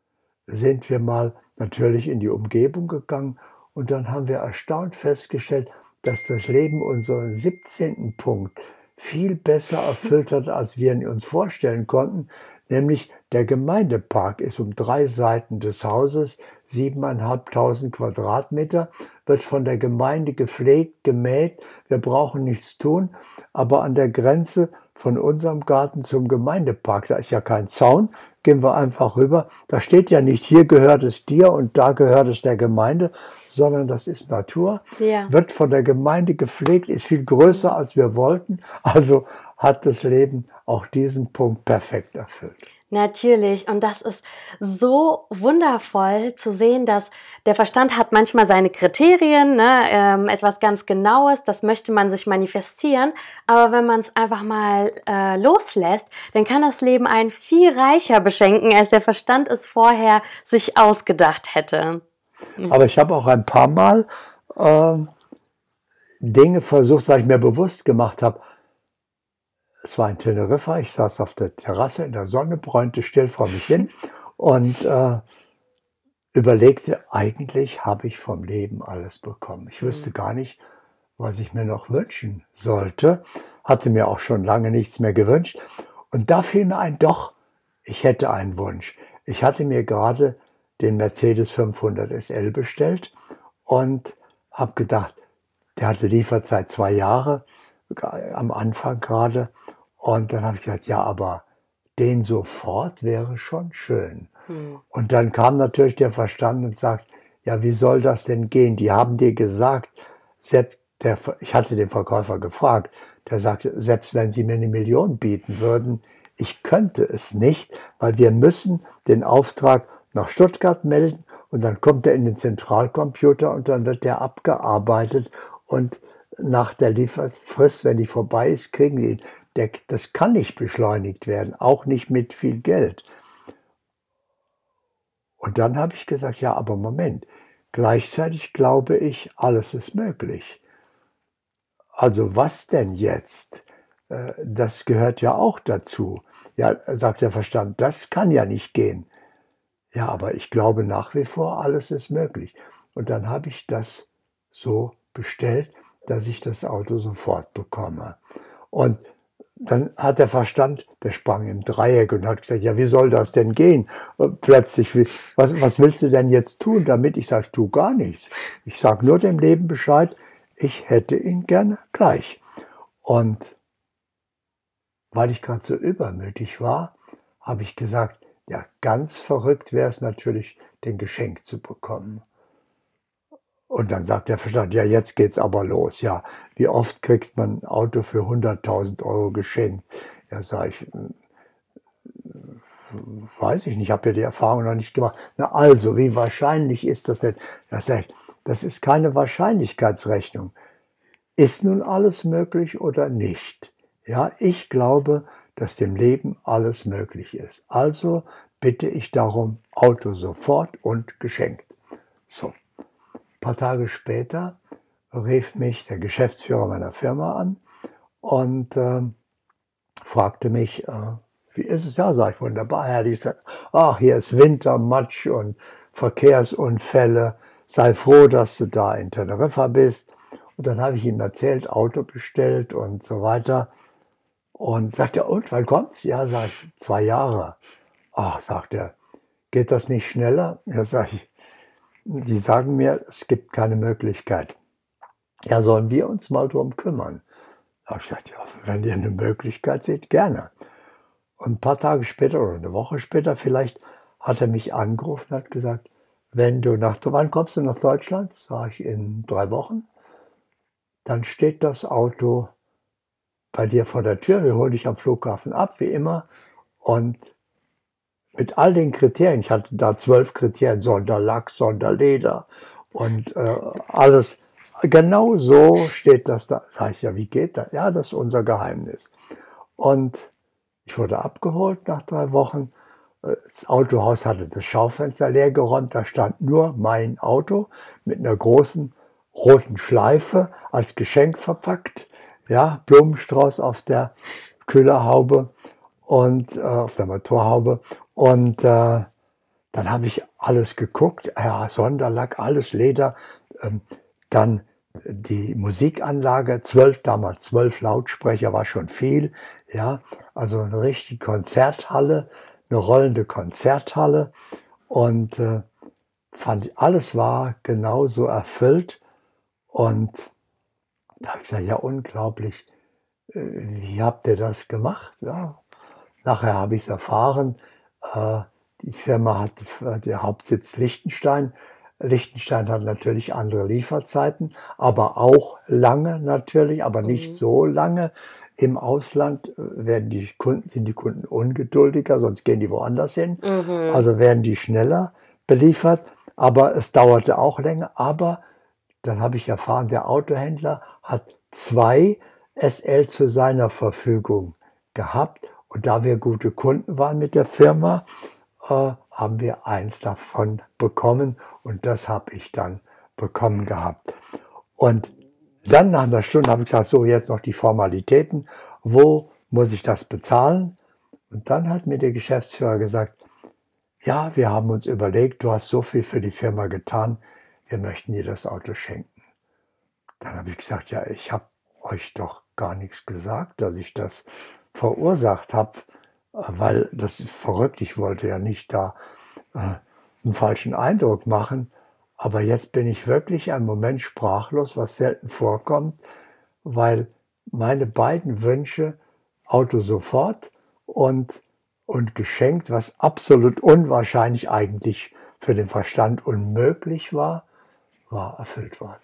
sind wir mal natürlich in die Umgebung gegangen und dann haben wir erstaunt festgestellt, dass das Leben unseren siebzehnten Punkt viel besser erfüllt hat, als wir ihn uns vorstellen konnten. Nämlich der Gemeindepark ist um drei Seiten des Hauses, siebeneinhalbtausend Quadratmeter, wird von der Gemeinde gepflegt, gemäht. Wir brauchen nichts tun, aber an der Grenze von unserem Garten zum Gemeindepark, da ist ja kein Zaun, gehen wir einfach rüber. Da steht ja nicht, hier gehört es dir und da gehört es der Gemeinde, sondern das ist Natur, Ja. wird von der Gemeinde gepflegt, ist viel größer, als wir wollten. Also hat das Leben auch diesen Punkt perfekt erfüllt. Natürlich. Und das ist so wundervoll zu sehen, dass der Verstand hat manchmal seine Kriterien, ne, ähm, etwas ganz Genaues, das möchte man sich manifestieren. Aber wenn man es einfach mal äh, loslässt, dann kann das Leben einen viel reicher beschenken, als der Verstand es vorher sich ausgedacht hätte. Aber ich habe auch ein paar Mal äh, Dinge versucht, weil ich mir bewusst gemacht habe, es war in Teneriffa, ich saß auf der Terrasse in der Sonne, bräunte still vor mich hin und äh, überlegte, eigentlich habe ich vom Leben alles bekommen. Ich wüsste gar nicht, was ich mir noch wünschen sollte, hatte mir auch schon lange nichts mehr gewünscht. Und da fiel mir ein, doch, ich hätte einen Wunsch. Ich hatte mir gerade den Mercedes fünfhundert S L bestellt und habe gedacht, der hatte Lieferzeit zwei Jahre, am Anfang gerade. Und dann habe ich gesagt, ja, aber den sofort wäre schon schön. Hm. Und dann kam natürlich der Verstand und sagt, ja, wie soll das denn gehen? Die haben dir gesagt, selbst der, ich hatte den Verkäufer gefragt, der sagte, selbst wenn sie mir eine Million bieten würden, ich könnte es nicht, weil wir müssen den Auftrag nach Stuttgart melden und dann kommt er in den Zentralcomputer und dann wird der abgearbeitet und nach der Lieferfrist, wenn die vorbei ist, kriegen sie ihn. Der, das kann nicht beschleunigt werden, auch nicht mit viel Geld. Und dann habe ich gesagt, ja, aber Moment, gleichzeitig glaube ich, alles ist möglich. Also was denn jetzt? Das gehört ja auch dazu. Ja, sagt der Verstand, das kann ja nicht gehen. Ja, aber ich glaube nach wie vor, alles ist möglich. Und dann habe ich das so bestellt, dass ich das Auto sofort bekomme. Und dann hat der Verstand, der sprang im Dreieck und hat gesagt, ja, wie soll das denn gehen? Und plötzlich, wie, was, was willst du denn jetzt tun damit? Ich sage, tu gar nichts. Ich sage nur dem Leben Bescheid, ich hätte ihn gerne gleich. Und weil ich gerade so übermütig war, habe ich gesagt, ja, ganz verrückt wäre es natürlich, den Geschenk zu bekommen. Und dann sagt der Verstand, ja, jetzt geht's aber los. Ja, wie oft kriegt man ein Auto für hunderttausend Euro geschenkt? Ja, sage ich, weiß ich nicht, habe ja die Erfahrung noch nicht gemacht. Na also, wie wahrscheinlich ist das denn? Das, das ist keine Wahrscheinlichkeitsrechnung. Ist nun alles möglich oder nicht? Ja, ich glaube, dass dem Leben alles möglich ist. Also bitte ich darum, Auto sofort und geschenkt. So. Ein paar Tage später rief mich der Geschäftsführer meiner Firma an und äh, fragte mich, äh, wie ist es? Ja, sag ich, wunderbar, herrlich. Ach, hier ist Winter, Matsch und Verkehrsunfälle. Sei froh, dass du da in Teneriffa bist. Und dann habe ich ihm erzählt, Auto bestellt und so weiter. Und sagt er, und wann kommt's? Ja, sag ich, zwei Jahre. Ach, sagt er, geht das nicht schneller? Ja, sag ich, die sagen mir, es gibt keine Möglichkeit. Ja, sollen wir uns mal drum kümmern? Da habe ich gesagt, ja, wenn ihr eine Möglichkeit seht, gerne. Und ein paar Tage später oder eine Woche später vielleicht hat er mich angerufen und hat gesagt, wenn du nach, wann kommst du nach Deutschland? Sag ich, in drei Wochen. Dann steht das Auto bei dir vor der Tür, wir holen dich am Flughafen ab, wie immer. Und mit all den Kriterien, ich hatte da zwölf Kriterien, Sonderlack, Sonderleder und äh, alles, genau so steht das da. Sag ich, ja, wie geht das? Ja, das ist unser Geheimnis. Und ich wurde abgeholt nach drei Wochen. Das Autohaus hatte das Schaufenster leer geräumt, da stand nur mein Auto mit einer großen roten Schleife als Geschenk verpackt. Ja, Blumenstrauß auf der Kühlerhaube und äh, auf der Motorhaube. Und äh, dann habe ich alles geguckt, ja, Sonderlack, alles Leder. Ähm, dann die Musikanlage, zwölf, damals zwölf Lautsprecher, war schon viel. Ja, also eine richtige Konzerthalle, eine rollende Konzerthalle. Und äh, fand, alles war genauso erfüllt. Und da habe ich gesagt, ja, unglaublich, wie habt ihr das gemacht? Ja. Nachher habe ich es erfahren, äh, die Firma hat den Hauptsitz Liechtenstein. Liechtenstein hat natürlich andere Lieferzeiten, aber auch lange natürlich, aber nicht mhm. so lange. Im Ausland werden die Kunden, sind die Kunden ungeduldiger, sonst gehen die woanders hin. Mhm. Also werden die schneller beliefert, aber es dauerte auch länger. Aber dann habe ich erfahren, der Autohändler hat zwei S L zu seiner Verfügung gehabt. Und da wir gute Kunden waren mit der Firma, äh, haben wir eins davon bekommen. Und das habe ich dann bekommen gehabt. Und dann nach einer Stunde habe ich gesagt, so jetzt noch die Formalitäten. Wo muss ich das bezahlen? Und dann hat mir der Geschäftsführer gesagt, ja, wir haben uns überlegt, du hast so viel für die Firma getan, wir möchten dir das Auto schenken. Dann habe ich gesagt, ja, ich habe euch doch gar nichts gesagt, dass ich das verursacht habe, weil das ist verrückt, ich wollte ja nicht da äh, einen falschen Eindruck machen. Aber jetzt bin ich wirklich einen Moment sprachlos, was selten vorkommt, weil meine beiden Wünsche, Auto sofort und, und geschenkt, was absolut unwahrscheinlich eigentlich für den Verstand unmöglich war, war erfüllt worden.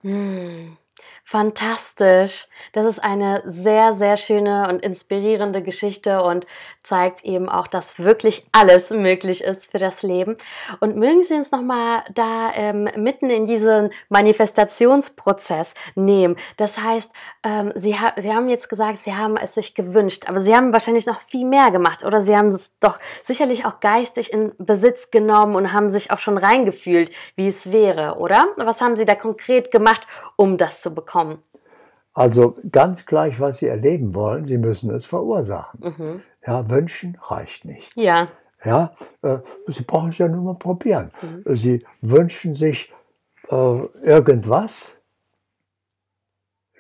Hm. Fantastisch. Das ist eine sehr, sehr schöne und inspirierende Geschichte und zeigt eben auch, dass wirklich alles möglich ist für das Leben. Und mögen Sie uns nochmal da ähm, mitten in diesen Manifestationsprozess nehmen. Das heißt, ähm, Sie, ha Sie haben jetzt gesagt, Sie haben es sich gewünscht, aber Sie haben wahrscheinlich noch viel mehr gemacht oder Sie haben es doch sicherlich auch geistig in Besitz genommen und haben sich auch schon reingefühlt, wie es wäre, oder? Was haben Sie da konkret gemacht, um das zu bekommen? Also ganz gleich, was Sie erleben wollen, Sie müssen es verursachen. Mhm. Ja, wünschen reicht nicht. Ja. Ja, äh, Sie brauchen es ja nur mal probieren. Mhm. Sie wünschen sich äh, irgendwas,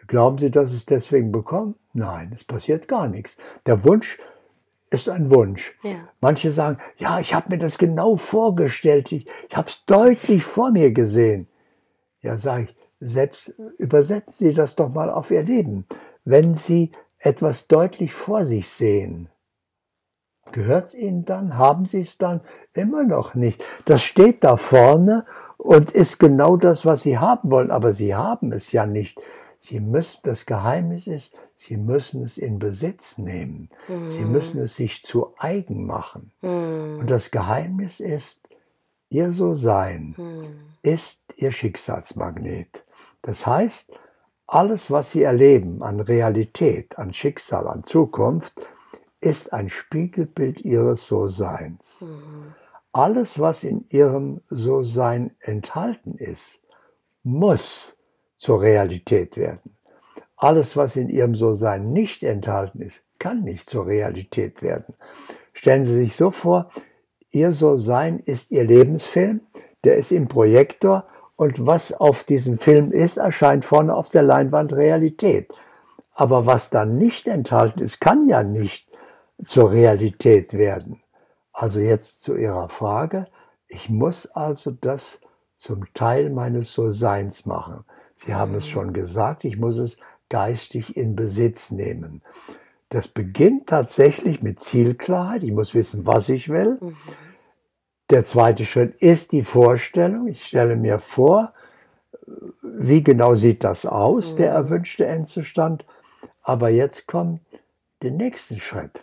glauben Sie, dass es deswegen bekommt? Nein, es passiert gar nichts. Der Wunsch ist ein Wunsch. Ja. Manche sagen, ja, ich habe mir das genau vorgestellt, ich, ich habe es deutlich vor mir gesehen. Ja, sage ich, selbst übersetzen Sie das doch mal auf Ihr Leben. Wenn Sie etwas deutlich vor sich sehen, gehört es Ihnen dann? Haben Sie es dann? Immer noch nicht. Das steht da vorne und ist genau das, was Sie haben wollen, aber Sie haben es ja nicht. Sie müssen, das Geheimnis ist, Sie müssen es in Besitz nehmen. Mhm. Sie müssen es sich zu eigen machen. Mhm. Und das Geheimnis ist, Ihr So-Sein mhm. ist Ihr Schicksalsmagnet. Das heißt, alles, was Sie erleben an Realität, an Schicksal, an Zukunft, ist ein Spiegelbild Ihres So-Seins. Mhm. Alles, was in Ihrem So-Sein enthalten ist, muss zur Realität werden. Alles, was in Ihrem So-Sein nicht enthalten ist, kann nicht zur Realität werden. Stellen Sie sich so vor, Ihr So-Sein ist Ihr Lebensfilm, der ist im Projektor und was auf diesem Film ist, erscheint vorne auf der Leinwand Realität. Aber was dann nicht enthalten ist, kann ja nicht zur Realität werden. Also jetzt zu Ihrer Frage, ich muss also das zum Teil meines So-Seins machen. Sie haben es schon gesagt, ich muss es geistig in Besitz nehmen. Das beginnt tatsächlich mit Zielklarheit. Ich muss wissen, was ich will. Mhm. Der zweite Schritt ist die Vorstellung. Ich stelle mir vor, wie genau sieht das aus, mhm. der erwünschte Endzustand. Aber jetzt kommt der nächste Schritt.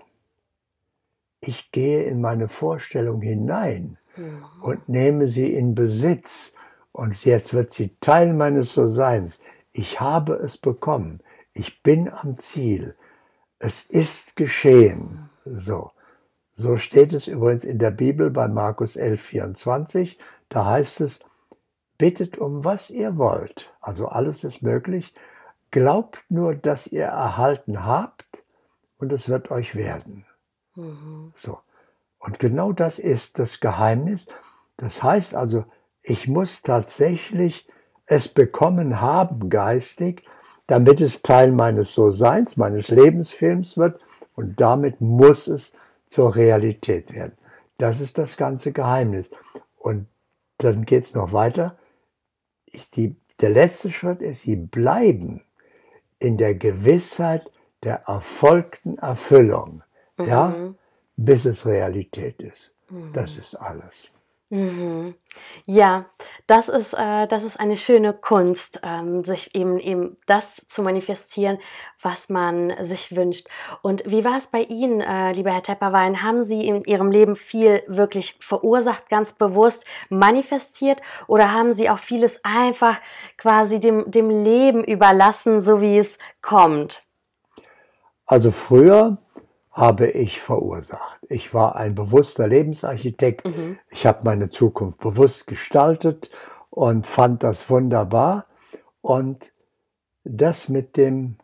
Ich gehe in meine Vorstellung hinein mhm. und nehme sie in Besitz. Und jetzt wird sie Teil meines So-Seins. Ich habe es bekommen. Ich bin am Ziel. Es ist geschehen. So. So steht es übrigens in der Bibel bei Markus elf, vierundzwanzig. Da heißt es, bittet um was ihr wollt. Also alles ist möglich. Glaubt nur, dass ihr erhalten habt und es wird euch werden. Mhm. So. Und genau das ist das Geheimnis. Das heißt also, ich muss tatsächlich es bekommen haben geistig, damit es Teil meines So-Seins, meines Lebensfilms wird und damit muss es zur Realität werden. Das ist das ganze Geheimnis. Und dann geht es noch weiter. Ich, die, der letzte Schritt ist, Sie bleiben in der Gewissheit der erfolgten Erfüllung, mhm. ja, bis es Realität ist. Mhm. Das ist alles. Mhm. Ja, das ist, äh, das ist eine schöne Kunst, ähm, sich eben, eben das zu manifestieren, was man sich wünscht. Und wie war es bei Ihnen, äh, lieber Herr Tepperwein? Haben Sie in Ihrem Leben viel wirklich verursacht, ganz bewusst manifestiert oder haben Sie auch vieles einfach quasi dem, dem Leben überlassen, so wie es kommt? Also früher habe ich verursacht. Ich war ein bewusster Lebensarchitekt. Mhm. Ich habe meine Zukunft bewusst gestaltet und fand das wunderbar. Und das mit dem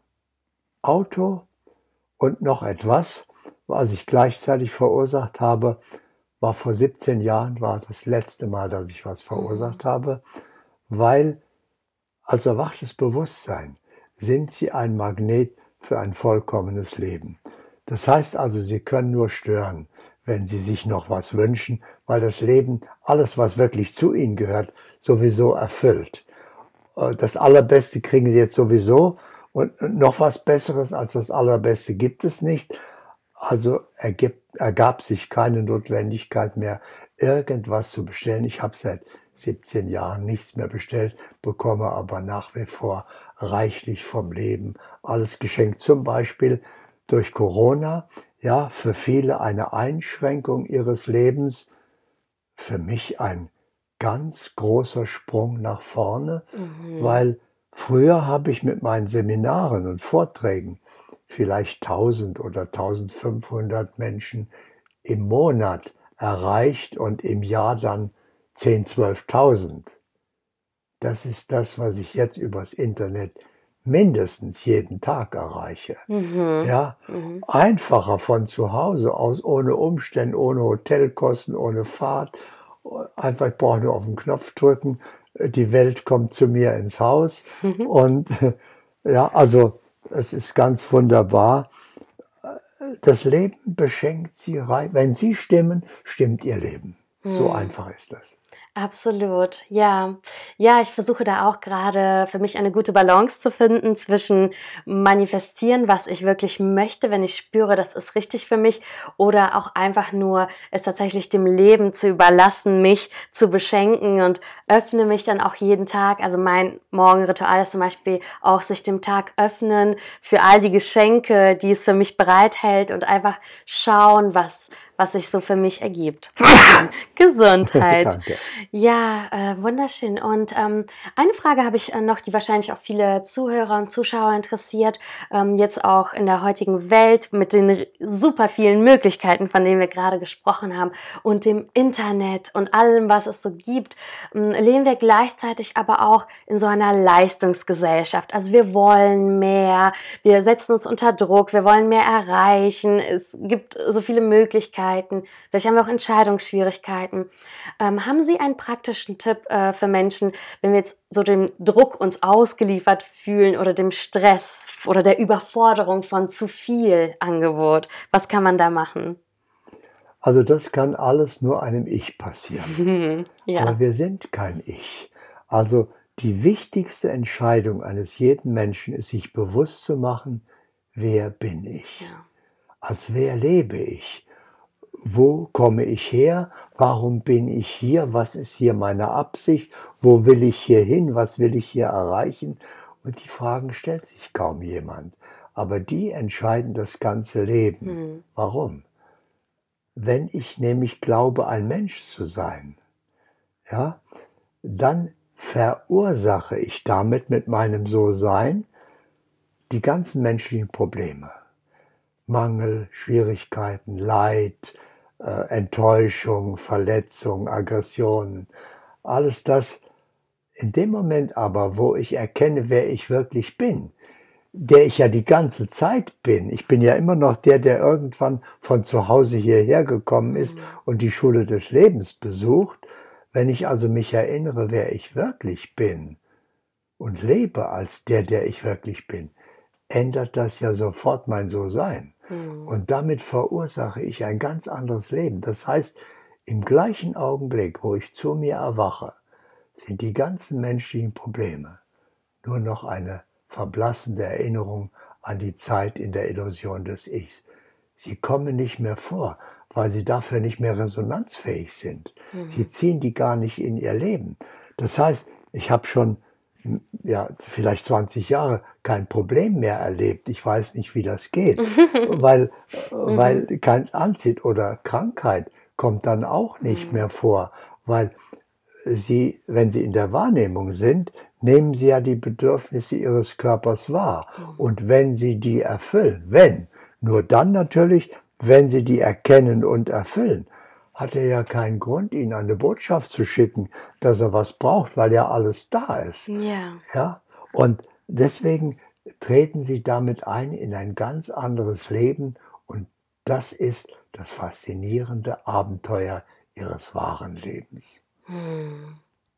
Auto und noch etwas, was ich gleichzeitig verursacht habe, war vor siebzehn Jahren, war das letzte Mal, dass ich was verursacht mhm. habe, weil als erwachtes Bewusstsein sind Sie ein Magnet für ein vollkommenes Leben. Das heißt also, Sie können nur stören, wenn Sie sich noch was wünschen, weil das Leben, alles was wirklich zu Ihnen gehört, sowieso erfüllt. Das Allerbeste kriegen Sie jetzt sowieso und noch was Besseres als das Allerbeste gibt es nicht. Also ergib, ergab sich keine Notwendigkeit mehr, irgendwas zu bestellen. Ich habe seit siebzehn Jahren nichts mehr bestellt, bekomme aber nach wie vor reichlich vom Leben alles geschenkt. Zum Beispiel durch Corona, ja, für viele eine Einschränkung ihres Lebens, für mich ein ganz großer Sprung nach vorne, mhm. weil früher habe ich mit meinen Seminaren und Vorträgen vielleicht tausend oder eintausendfünfhundert Menschen im Monat erreicht und im Jahr dann zehntausend, zwölftausend. Das ist das, was ich jetzt übers Internet mindestens jeden Tag erreiche. Mhm. Ja, mhm. Einfacher von zu Hause aus, ohne Umstände, ohne Hotelkosten, ohne Fahrt. Einfach, ich brauche nur auf den Knopf drücken, die Welt kommt zu mir ins Haus. Mhm. Und Ja, also es ist ganz wunderbar. Das Leben beschenkt Sie rein. Wenn Sie stimmen, stimmt Ihr Leben. So Hm. einfach ist das. Absolut, ja. Ja, ich versuche da auch gerade für mich eine gute Balance zu finden zwischen manifestieren, was ich wirklich möchte, wenn ich spüre, das ist richtig für mich, oder auch einfach nur es tatsächlich dem Leben zu überlassen, mich zu beschenken, und öffne mich dann auch jeden Tag. Also mein Morgenritual ist zum Beispiel auch sich dem Tag öffnen für all die Geschenke, die es für mich bereithält, und einfach schauen, was was sich so für mich ergibt. Gesundheit. Danke. Ja, äh, wunderschön. Und ähm, eine Frage habe ich äh, noch, die wahrscheinlich auch viele Zuhörer und Zuschauer interessiert, ähm, jetzt auch in der heutigen Welt mit den r- super vielen Möglichkeiten, von denen wir gerade gesprochen haben, und dem Internet und allem, was es so gibt, ähm, leben wir gleichzeitig aber auch in so einer Leistungsgesellschaft. Also wir wollen mehr, wir setzen uns unter Druck, wir wollen mehr erreichen, es gibt so viele Möglichkeiten, vielleicht haben wir auch Entscheidungsschwierigkeiten. Ähm, haben Sie einen praktischen Tipp äh, für Menschen, wenn wir jetzt so dem Druck uns ausgeliefert fühlen oder dem Stress oder der Überforderung von zu viel Angebot? Was kann man da machen? Also das kann alles nur einem Ich passieren. Ja, Aber wir sind kein Ich. Also die wichtigste Entscheidung eines jeden Menschen ist, sich bewusst zu machen, wer bin ich? ja. Als wer lebe ich? Wo komme ich her? Warum bin ich hier? Was ist hier meine Absicht? Wo will ich hier hin? Was will ich hier erreichen? Und die Fragen stellt sich kaum jemand. Aber die entscheiden das ganze Leben. Hm. Warum? Wenn ich nämlich glaube, ein Mensch zu sein, ja, dann verursache ich damit mit meinem So-Sein die ganzen menschlichen Probleme. Mangel, Schwierigkeiten, Leid, äh, Enttäuschung, Verletzung, Aggressionen, alles das. In dem Moment aber, wo ich erkenne, wer ich wirklich bin, der ich ja die ganze Zeit bin. Ich bin ja immer noch der, der irgendwann von zu Hause hierher gekommen ist und die Schule des Lebens besucht. Wenn ich also mich erinnere, wer ich wirklich bin und lebe als der, der ich wirklich bin, ändert das ja sofort mein So-Sein. Hm. Und damit verursache ich ein ganz anderes Leben. Das heißt, im gleichen Augenblick, wo ich zu mir erwache, sind die ganzen menschlichen Probleme nur noch eine verblassende Erinnerung an die Zeit in der Illusion des Ichs. Sie kommen nicht mehr vor, weil sie dafür nicht mehr resonanzfähig sind. Mhm. Sie ziehen die gar nicht in ihr Leben. Das heißt, ich habe schon ja, vielleicht zwanzig Jahre kein Problem mehr erlebt. Ich weiß nicht, wie das geht, weil, weil kein Anzid oder Krankheit kommt dann auch nicht Mhm. mehr vor, weil Sie, wenn Sie in der Wahrnehmung sind, nehmen Sie ja die Bedürfnisse Ihres Körpers wahr. Und wenn Sie die erfüllen, wenn, nur dann natürlich, wenn Sie die erkennen und erfüllen, hat er ja keinen Grund, Ihnen eine Botschaft zu schicken, dass er was braucht, weil ja alles da ist. Ja. Ja? Und deswegen treten Sie damit ein in ein ganz anderes Leben, und das ist das faszinierende Abenteuer Ihres wahren Lebens. Hm.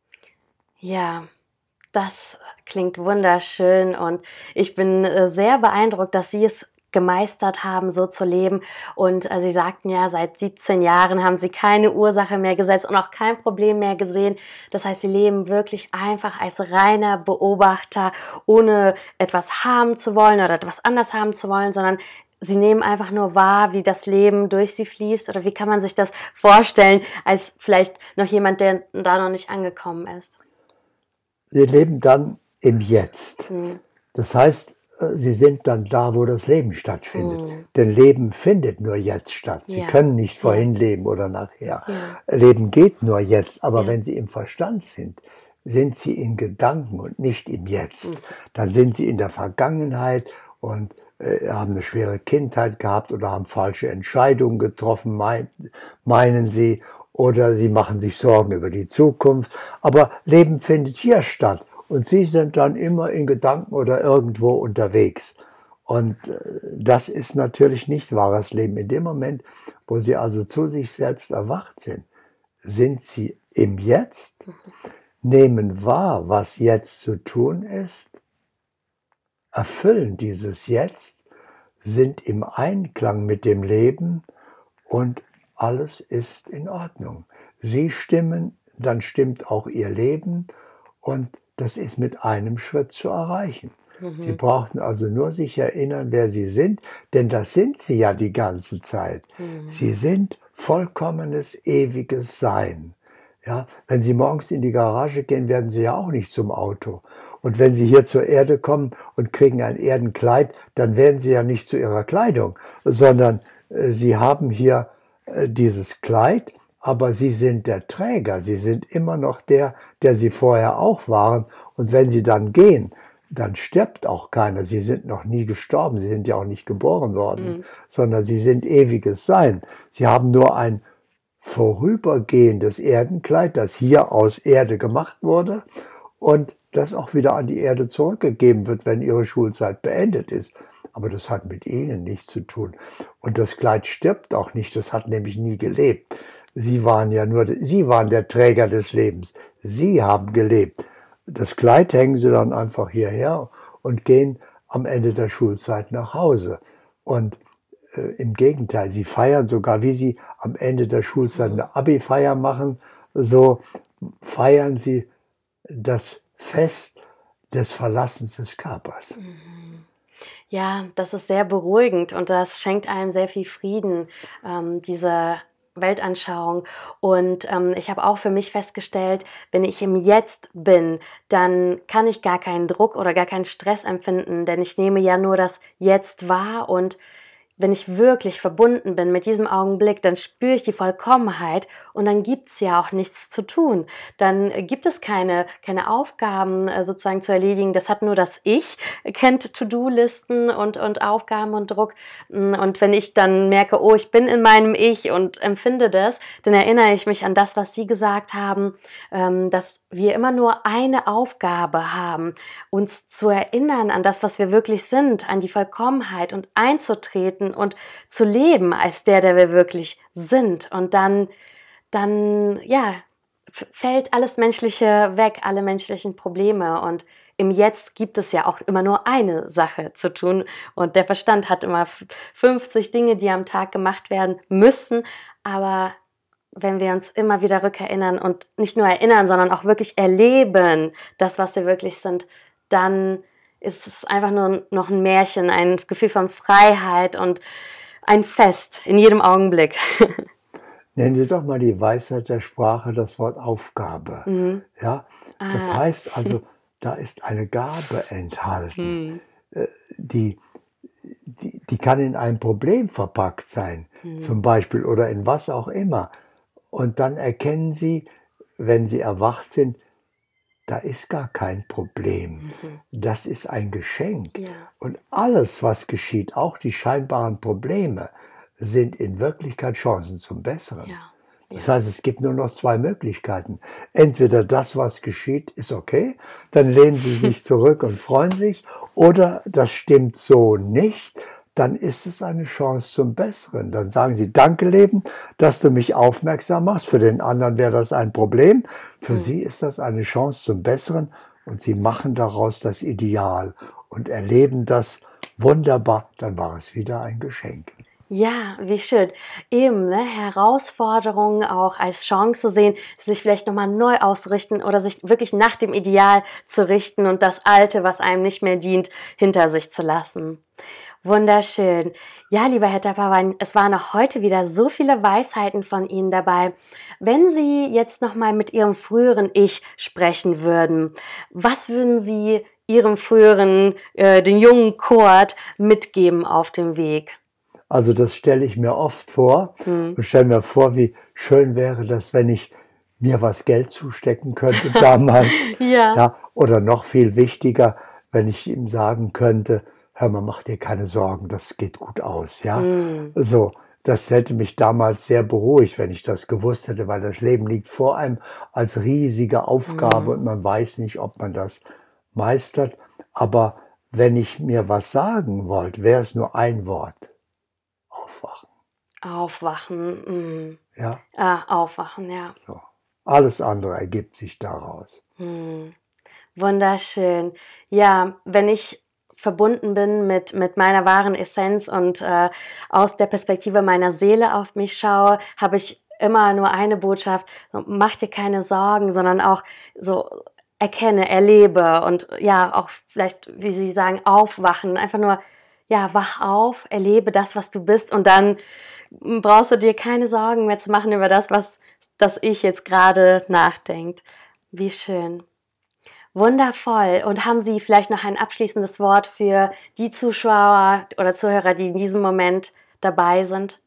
Ja, das klingt wunderschön, und ich bin äh, sehr beeindruckt, dass Sie es gemeistert haben, so zu leben. Und äh, Sie sagten ja, seit siebzehn Jahren haben Sie keine Ursache mehr gesetzt und auch kein Problem mehr gesehen. Das heißt, Sie leben wirklich einfach als reiner Beobachter, ohne etwas haben zu wollen oder etwas anders haben zu wollen, sondern Sie nehmen einfach nur wahr, wie das Leben durch Sie fließt. Oder wie kann man sich das vorstellen, als vielleicht noch jemand, der da noch nicht angekommen ist? Sie leben dann im Jetzt. Hm. Das heißt, äh, Sie sind dann da, wo das Leben stattfindet. Hm. Denn Leben findet nur jetzt statt. Sie Ja. können nicht vorhin Ja. leben oder nachher. Ja. Leben geht nur jetzt. Aber Ja. wenn Sie im Verstand sind, sind Sie in Gedanken und nicht im Jetzt. Mhm. Dann sind Sie in der Vergangenheit und äh, haben eine schwere Kindheit gehabt oder haben falsche Entscheidungen getroffen, mein, meinen Sie. Oder Sie machen sich Sorgen über die Zukunft. Aber Leben findet hier statt. Und Sie sind dann immer in Gedanken oder irgendwo unterwegs. Und äh, das ist natürlich nicht wahres Leben. In dem Moment, wo Sie also zu sich selbst erwacht sind, sind Sie im Jetzt, nehmen wahr, was jetzt zu tun ist, erfüllen dieses Jetzt, sind im Einklang mit dem Leben und alles ist in Ordnung. Sie stimmen, dann stimmt auch ihr Leben und das ist mit einem Schritt zu erreichen. Mhm. Sie brauchten also nur sich erinnern, wer Sie sind, denn das sind Sie ja die ganze Zeit. Mhm. Sie sind vollkommenes, ewiges Sein. Ja, wenn Sie morgens in die Garage gehen, werden Sie ja auch nicht zum Auto. Und wenn Sie hier zur Erde kommen und kriegen ein Erdenkleid, dann werden Sie ja nicht zu Ihrer Kleidung, sondern äh, Sie haben hier äh, dieses Kleid, aber Sie sind der Träger. Sie sind immer noch der, der Sie vorher auch waren. Und wenn Sie dann gehen, dann stirbt auch keiner. Sie sind noch nie gestorben. Sie sind ja auch nicht geboren worden, mhm. sondern Sie sind ewiges Sein. Sie haben nur ein vorübergehendes Erdenkleid, das hier aus Erde gemacht wurde und das auch wieder an die Erde zurückgegeben wird, wenn ihre Schulzeit beendet ist. Aber das hat mit ihnen nichts zu tun. Und das Kleid stirbt auch nicht, das hat nämlich nie gelebt. Sie waren ja nur, sie waren der Träger des Lebens. Sie haben gelebt. Das Kleid hängen sie dann einfach hierher und gehen am Ende der Schulzeit nach Hause. Und im Gegenteil, sie feiern sogar, wie sie am Ende der Schulzeit eine Abi-Feier machen, so feiern sie das Fest des Verlassens des Körpers. Ja, das ist sehr beruhigend und das schenkt einem sehr viel Frieden, ähm, diese Weltanschauung. Und ähm, ich habe auch für mich festgestellt, wenn ich im Jetzt bin, dann kann ich gar keinen Druck oder gar keinen Stress empfinden, denn ich nehme ja nur das Jetzt wahr und wenn ich wirklich verbunden bin mit diesem Augenblick, dann spüre ich die Vollkommenheit und dann gibt es ja auch nichts zu tun. Dann gibt es keine, keine Aufgaben sozusagen zu erledigen. Das hat nur das Ich, kennt To-Do-Listen und, und Aufgaben und Druck. Und wenn ich dann merke, oh, ich bin in meinem Ich und empfinde das, dann erinnere ich mich an das, was Sie gesagt haben, dass wir immer nur eine Aufgabe haben, uns zu erinnern an das, was wir wirklich sind, an die Vollkommenheit und einzutreten und zu leben als der, der wir wirklich sind. Und dann, dann ja, fällt alles Menschliche weg, alle menschlichen Probleme. Und im Jetzt gibt es ja auch immer nur eine Sache zu tun. Und der Verstand hat immer fünfzig Dinge, die am Tag gemacht werden müssen. Aber wenn wir uns immer wieder rückerinnern und nicht nur erinnern, sondern auch wirklich erleben, das, was wir wirklich sind, dann ist es einfach nur noch ein Märchen, ein Gefühl von Freiheit und ein Fest in jedem Augenblick. Nennen Sie doch mal die Weisheit der Sprache das Wort Aufgabe. Mhm. Ja, das ah. heißt also, da ist eine Gabe enthalten, mhm. die, die, die kann in ein Problem verpackt sein, mhm. zum Beispiel, oder in was auch immer. Und dann erkennen Sie, wenn Sie erwacht sind, da ist gar kein Problem. Mhm. Das ist ein Geschenk. Ja. Und alles, was geschieht, auch die scheinbaren Probleme, sind in Wirklichkeit Chancen zum Besseren. Ja. Ja. Das heißt, es gibt nur noch zwei Möglichkeiten. Entweder das, was geschieht, ist okay, dann lehnen Sie sich zurück und freuen sich, oder das stimmt so nicht, dann ist es eine Chance zum Besseren. Dann sagen Sie, danke Leben, dass du mich aufmerksam machst. Für den anderen wäre das ein Problem. Für mhm. Sie ist das eine Chance zum Besseren und Sie machen daraus das Ideal und erleben das wunderbar. Dann war es wieder ein Geschenk. Ja, wie schön. Eben, ne? Herausforderungen auch als Chance sehen, sich vielleicht nochmal neu auszurichten oder sich wirklich nach dem Ideal zu richten und das Alte, was einem nicht mehr dient, hinter sich zu lassen. Wunderschön. Ja, lieber Herr Tepperwein, es waren auch heute wieder so viele Weisheiten von Ihnen dabei. Wenn Sie jetzt nochmal mit Ihrem früheren Ich sprechen würden, was würden Sie Ihrem früheren, äh, den jungen Kurt mitgeben auf dem Weg? Also das stelle ich mir oft vor hm. und stelle mir vor, wie schön wäre das, wenn ich mir was Geld zustecken könnte damals. ja. Ja. Oder noch viel wichtiger, wenn ich ihm sagen könnte, hör mal, mach dir keine Sorgen, das geht gut aus, ja. Mm. So, das hätte mich damals sehr beruhigt, wenn ich das gewusst hätte, weil das Leben liegt vor einem als riesige Aufgabe mm. und man weiß nicht, ob man das meistert. Aber wenn ich mir was sagen wollte, wäre es nur ein Wort. Aufwachen. Aufwachen, mm. Ja. Ah, aufwachen, ja. So. Alles andere ergibt sich daraus. Mm. Wunderschön. Ja, wenn ich verbunden bin mit, mit meiner wahren Essenz und äh, aus der Perspektive meiner Seele auf mich schaue, habe ich immer nur eine Botschaft: so, mach dir keine Sorgen, sondern auch so erkenne, erlebe und ja, auch vielleicht, wie Sie sagen, aufwachen, einfach nur, ja, wach auf, erlebe das, was du bist, und dann brauchst du dir keine Sorgen mehr zu machen über das, was das Ich jetzt gerade nachdenkt. Wie schön. Wundervoll. Und haben Sie vielleicht noch ein abschließendes Wort für die Zuschauer oder Zuhörer, die in diesem Moment dabei sind?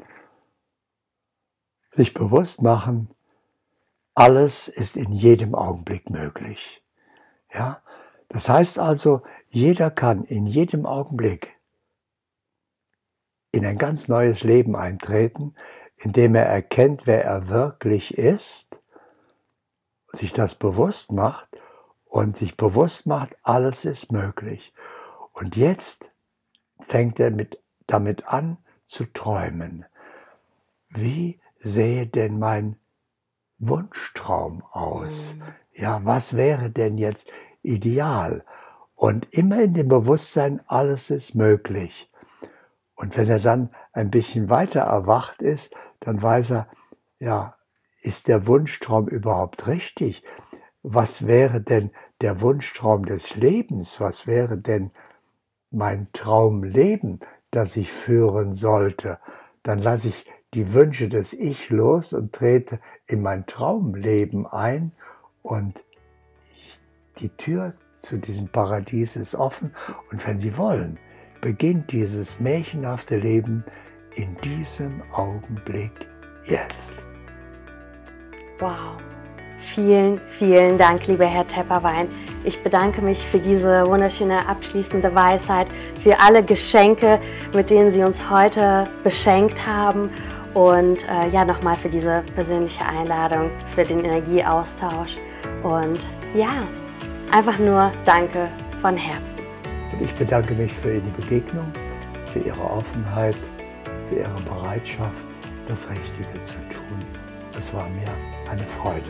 Sich bewusst machen, alles ist in jedem Augenblick möglich. Ja? Das heißt also, jeder kann in jedem Augenblick in ein ganz neues Leben eintreten, indem er erkennt, wer er wirklich ist, sich das bewusst macht und sich bewusst macht, alles ist möglich. Und jetzt fängt er mit, damit an zu träumen. Wie sähe denn mein Wunschtraum aus? Ja, was wäre denn jetzt ideal? Und immer in dem Bewusstsein, alles ist möglich. Und wenn er dann ein bisschen weiter erwacht ist, dann weiß er, ja, ist der Wunschtraum überhaupt richtig? Was wäre denn der Wunschtraum des Lebens? Was wäre denn mein Traumleben, das ich führen sollte? Dann lasse ich die Wünsche des Ich los und trete in mein Traumleben ein, und die Tür zu diesem Paradies ist offen. Und wenn Sie wollen, beginnt dieses märchenhafte Leben in diesem Augenblick jetzt. Wow. Vielen, vielen Dank, lieber Herr Tepperwein. Ich bedanke mich für diese wunderschöne abschließende Weisheit, für alle Geschenke, mit denen Sie uns heute beschenkt haben, und äh, ja, nochmal für diese persönliche Einladung, für den Energieaustausch. Und ja, einfach nur danke von Herzen. Und ich bedanke mich für die Begegnung, für Ihre Offenheit, für Ihre Bereitschaft, das Richtige zu tun. Es war mir eine Freude.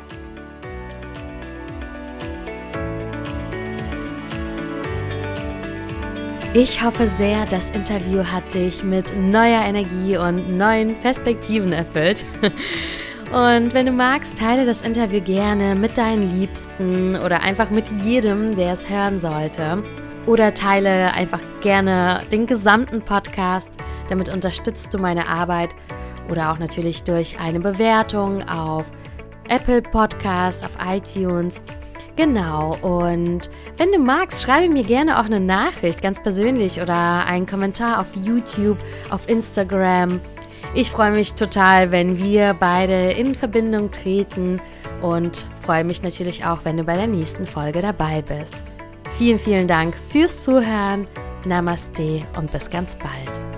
Ich hoffe sehr, das Interview hat dich mit neuer Energie und neuen Perspektiven erfüllt. Und wenn du magst, teile das Interview gerne mit deinen Liebsten oder einfach mit jedem, der es hören sollte. Oder teile einfach gerne den gesamten Podcast. Damit unterstützt du meine Arbeit. Oder auch natürlich durch eine Bewertung auf Apple Podcasts, auf iTunes. Genau, und wenn du magst, schreibe mir gerne auch eine Nachricht, ganz persönlich, oder einen Kommentar auf YouTube, auf Instagram. Ich freue mich total, wenn wir beide in Verbindung treten, und freue mich natürlich auch, wenn du bei der nächsten Folge dabei bist. Vielen, vielen Dank fürs Zuhören. Namaste und bis ganz bald.